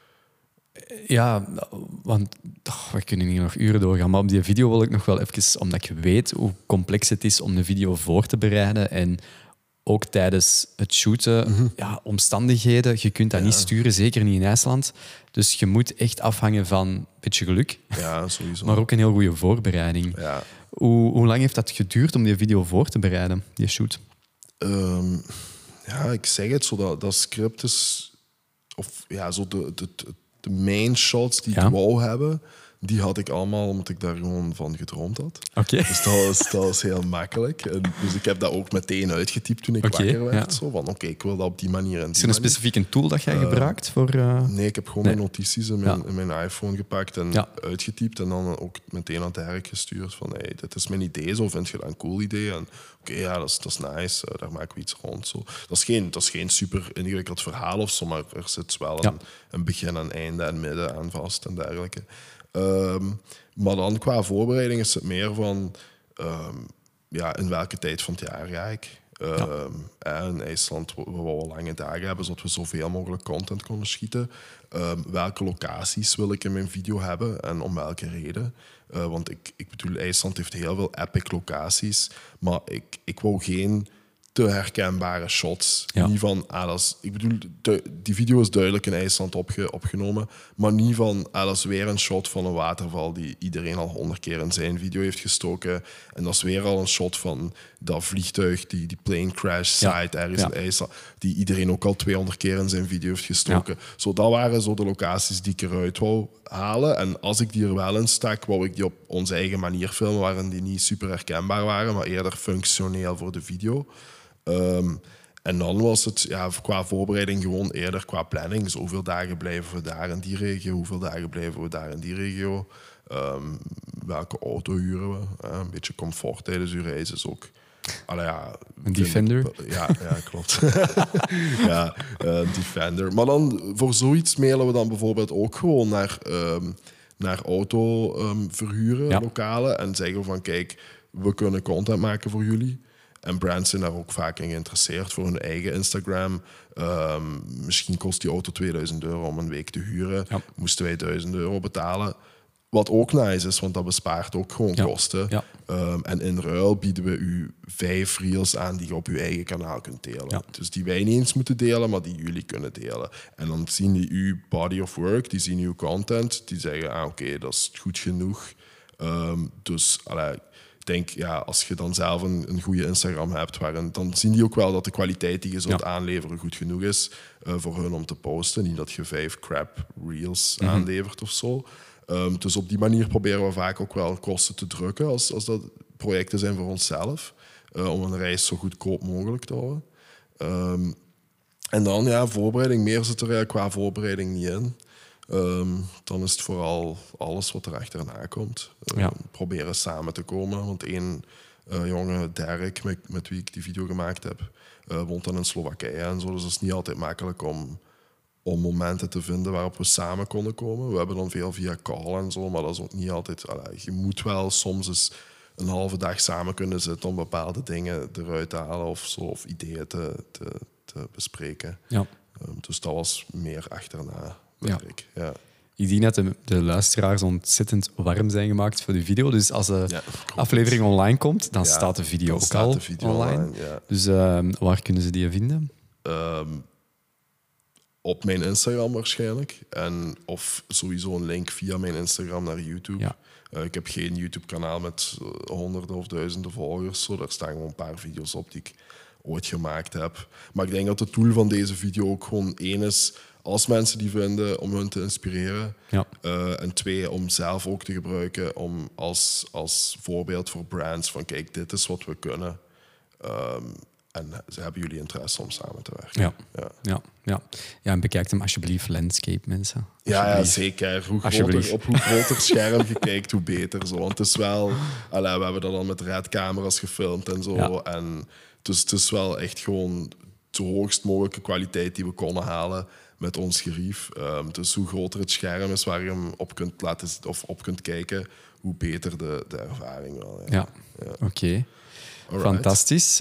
Ja, want we kunnen hier nog uren doorgaan. Maar op die video wil ik nog wel even, omdat ik weet hoe complex het is om de video voor te bereiden. En ook tijdens het shooten, omstandigheden. Je kunt dat niet sturen, zeker niet in IJsland. Dus je moet echt afhangen van een beetje geluk. Ja, sowieso. Maar ook een heel goede voorbereiding. Ja. Hoe lang heeft dat geduurd om die video voor te bereiden, die shoot? Ik zeg het, zo dat script is... Of ja, zo de main shots die ik wou hebben, die had ik allemaal omdat ik daar gewoon van gedroomd had. Okay. Dus dat was heel makkelijk. En dus ik heb dat ook meteen uitgetypt toen ik wakker werd. Zo van, ik wil dat op die manier. Is er een specifieke tool dat jij gebruikt voor... Nee, ik heb gewoon mijn notities in mijn iPhone gepakt en uitgetypt. En dan ook meteen aan Dirk gestuurd van, dit is mijn idee, zo vind je dat een cool idee? En dat is nice, daar maken we iets rond. Zo. Dat is geen super ingewikkeld verhaal of zo, maar er zit wel een begin en einde en midden aan vast en dergelijke. Maar dan qua voorbereiding is het meer van in welke tijd van het jaar ga ik. In IJsland we lange dagen hebben, zodat we zoveel mogelijk content konden schieten. Welke locaties wil ik in mijn video hebben en om welke reden? Want ik bedoel, IJsland heeft heel veel epic locaties, maar ik wou geen te herkenbare shots. Ja. Niet van, ik bedoel, die video is duidelijk in IJsland opgenomen, maar niet van, dat is weer een shot van een waterval die iedereen al 100 keer in zijn video heeft gestoken. En dat is weer al een shot van dat vliegtuig, die plane crash site ergens in IJsland, die iedereen ook al 200 keer in zijn video heeft gestoken. Ja. Zo, dat waren zo de locaties die ik eruit wou halen. En als ik die er wel in stak, wou ik die op onze eigen manier filmen, waarin die niet super herkenbaar waren, maar eerder functioneel voor de video. En dan was het qua voorbereiding gewoon eerder qua planning. Dus hoeveel dagen blijven we daar in die regio? Hoeveel dagen blijven we daar in die regio? Welke auto huren we? Een beetje comfort tijdens uw reis is ook... Een Defender? Ja, klopt. Een Defender. Maar dan voor zoiets mailen we dan bijvoorbeeld ook gewoon naar auto verhuren, lokalen. En zeggen van, kijk, we kunnen content maken voor jullie. En brands zijn daar ook vaak in geïnteresseerd voor hun eigen Instagram. Misschien kost die auto €2000 om een week te huren. Ja. Moesten wij €1000 betalen. Wat ook nice is, want dat bespaart ook gewoon kosten. Ja. En in ruil bieden we u 5 reels aan die je op uw eigen kanaal kunt delen. Ja. Dus die wij niet eens moeten delen, maar die jullie kunnen delen. En dan zien die uw body of work, die zien uw content. Die zeggen, dat is goed genoeg. Ik denk, als je dan zelf een goede Instagram hebt, dan zien die ook wel dat de kwaliteit die je zult aanleveren goed genoeg is voor hun om te posten. Niet dat je 5 crap reels aanlevert of zo. Dus op die manier proberen we vaak ook wel kosten te drukken als dat projecten zijn voor onszelf. Om een reis zo goedkoop mogelijk te houden. En dan, voorbereiding. Meer zit er qua voorbereiding niet in. Dan is het vooral alles wat er achterna komt. Proberen samen te komen. Want één jongen, Derek, met wie ik die video gemaakt heb, woont dan in Slowakije en zo. Dus het is niet altijd makkelijk om momenten te vinden waarop we samen konden komen. We hebben dan veel via call en zo, maar dat is ook niet altijd... je moet wel soms eens een halve dag samen kunnen zitten om bepaalde dingen eruit te halen of zo, of ideeën te bespreken. Ja. Dus dat was meer achterna, werk. Ja. Ik denk dat de luisteraars ontzettend warm zijn gemaakt voor de video. Dus als de aflevering online komt, dan staat de video ook al online. Ja. Dus waar kunnen ze die vinden? Op mijn Instagram waarschijnlijk. Of sowieso een link via mijn Instagram naar YouTube. Ja. Ik heb geen YouTube-kanaal met honderden of duizenden volgers. Zo. Daar staan gewoon een paar video's op die ik ooit gemaakt heb. Maar ik denk dat het doel van deze video ook gewoon één is... als mensen die vinden, om hun te inspireren. Ja. En twee, om zelf ook te gebruiken om als voorbeeld voor brands van kijk, dit is wat we kunnen. En hebben jullie interesse om samen te werken. Ja, en bekijk hem alsjeblieft landscape, mensen. Ja, zeker. Op hoe groter scherm je kijkt, hoe beter. Zo. Want het is wel... we hebben dat dan met RED-camera's gefilmd en zo. Ja. En dus het is wel echt gewoon de hoogst mogelijke kwaliteit die we konden halen met ons gerief. Dus hoe groter het scherm is waar je hem op kunt laten of op kunt kijken, hoe beter de ervaring wel. Ja. Oké. Fantastisch.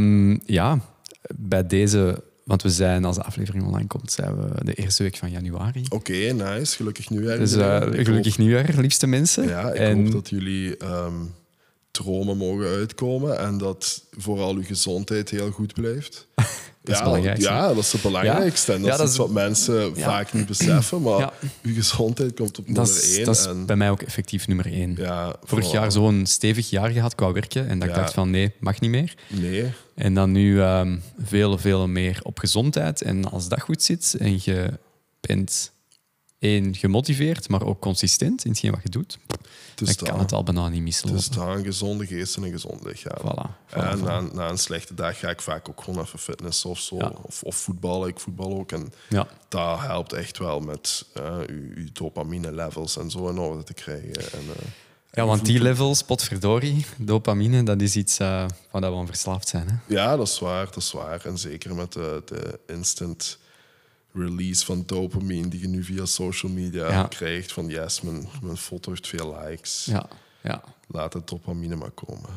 Bij deze, want we zijn, als de aflevering online komt, zijn we de eerste week van januari. Oké, nice. Gelukkig nieuwjaar. Dus gelukkig nieuwjaar, liefste mensen. Ja, ik hoop dat jullie dromen mogen uitkomen en dat vooral uw gezondheid heel goed blijft. Dat is belangrijk. Ja, dat is het belangrijkste. En dat is iets wat mensen vaak niet beseffen. Maar uw gezondheid komt op nummer 1. Dat is bij mij ook effectief nummer 1. Ja, vorig jaar zo'n stevig jaar gehad qua werken. En dat ik dacht van nee, mag niet meer. Nee. En dan nu veel meer op gezondheid. En als dat goed zit en je bent gemotiveerd, maar ook consistent in hetgeen wat je doet, dan kan het al bijna niet mislopen. Het is een gezonde geest en een gezond lichaam. En na een slechte dag ga ik vaak ook gewoon even fitnessen of zo. Ja. Of voetballen. Ik voetbal ook. En dat helpt echt wel met uw dopamine-levels en zo in orde te krijgen. Want die levels, potverdorie, dopamine, dat is iets van dat we aan verslaafd zijn. Hè? Ja, dat is waar. En zeker met de instant release van dopamine die je nu via social media krijgt. Van yes, mijn foto heeft veel likes. Ja. Laat het dopamine maar komen.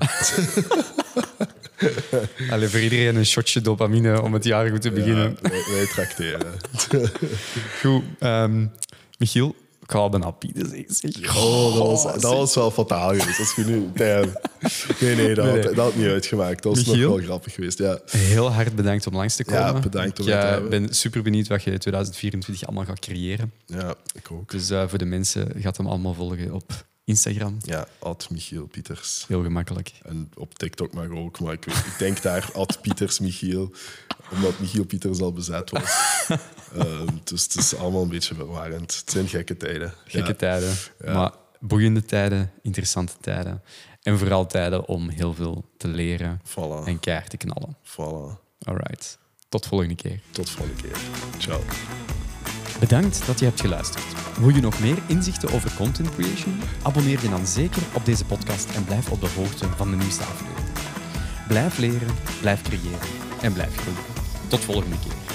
Allee, voor iedereen een shotje dopamine om het jaar goed te beginnen. Wij trakteren. Goed. Michiel, ik ga al bijna pieden zeggen. Dat was wel fataal geweest. Als je nu... Nee, dat had niet uitgemaakt. Dat was Michiel, nog wel grappig geweest. Ja. Heel hard bedankt om langs te komen. Ja, bedankt om te hebben. Ik ben super benieuwd wat je 2024 allemaal gaat creëren. Ja, ik ook. Dus voor de mensen, gaat hem allemaal volgen op Instagram. Ja, @MichielPieters. Heel gemakkelijk. En op TikTok mag ook, maar ik denk daar @PietersMichiel, omdat Michiel Pieters al bezet was. Dus het is allemaal een beetje verwarrend. Het zijn gekke tijden. Gekke tijden, maar boeiende tijden, interessante tijden. En vooral tijden om heel veel te leren en keihard te knallen. Alright. Tot volgende keer. Ciao. Bedankt dat je hebt geluisterd. Wil je nog meer inzichten over content creation? Abonneer je dan zeker op deze podcast en blijf op de hoogte van de nieuwste aflevering. Blijf leren, blijf creëren en blijf groeien. Tot volgende keer.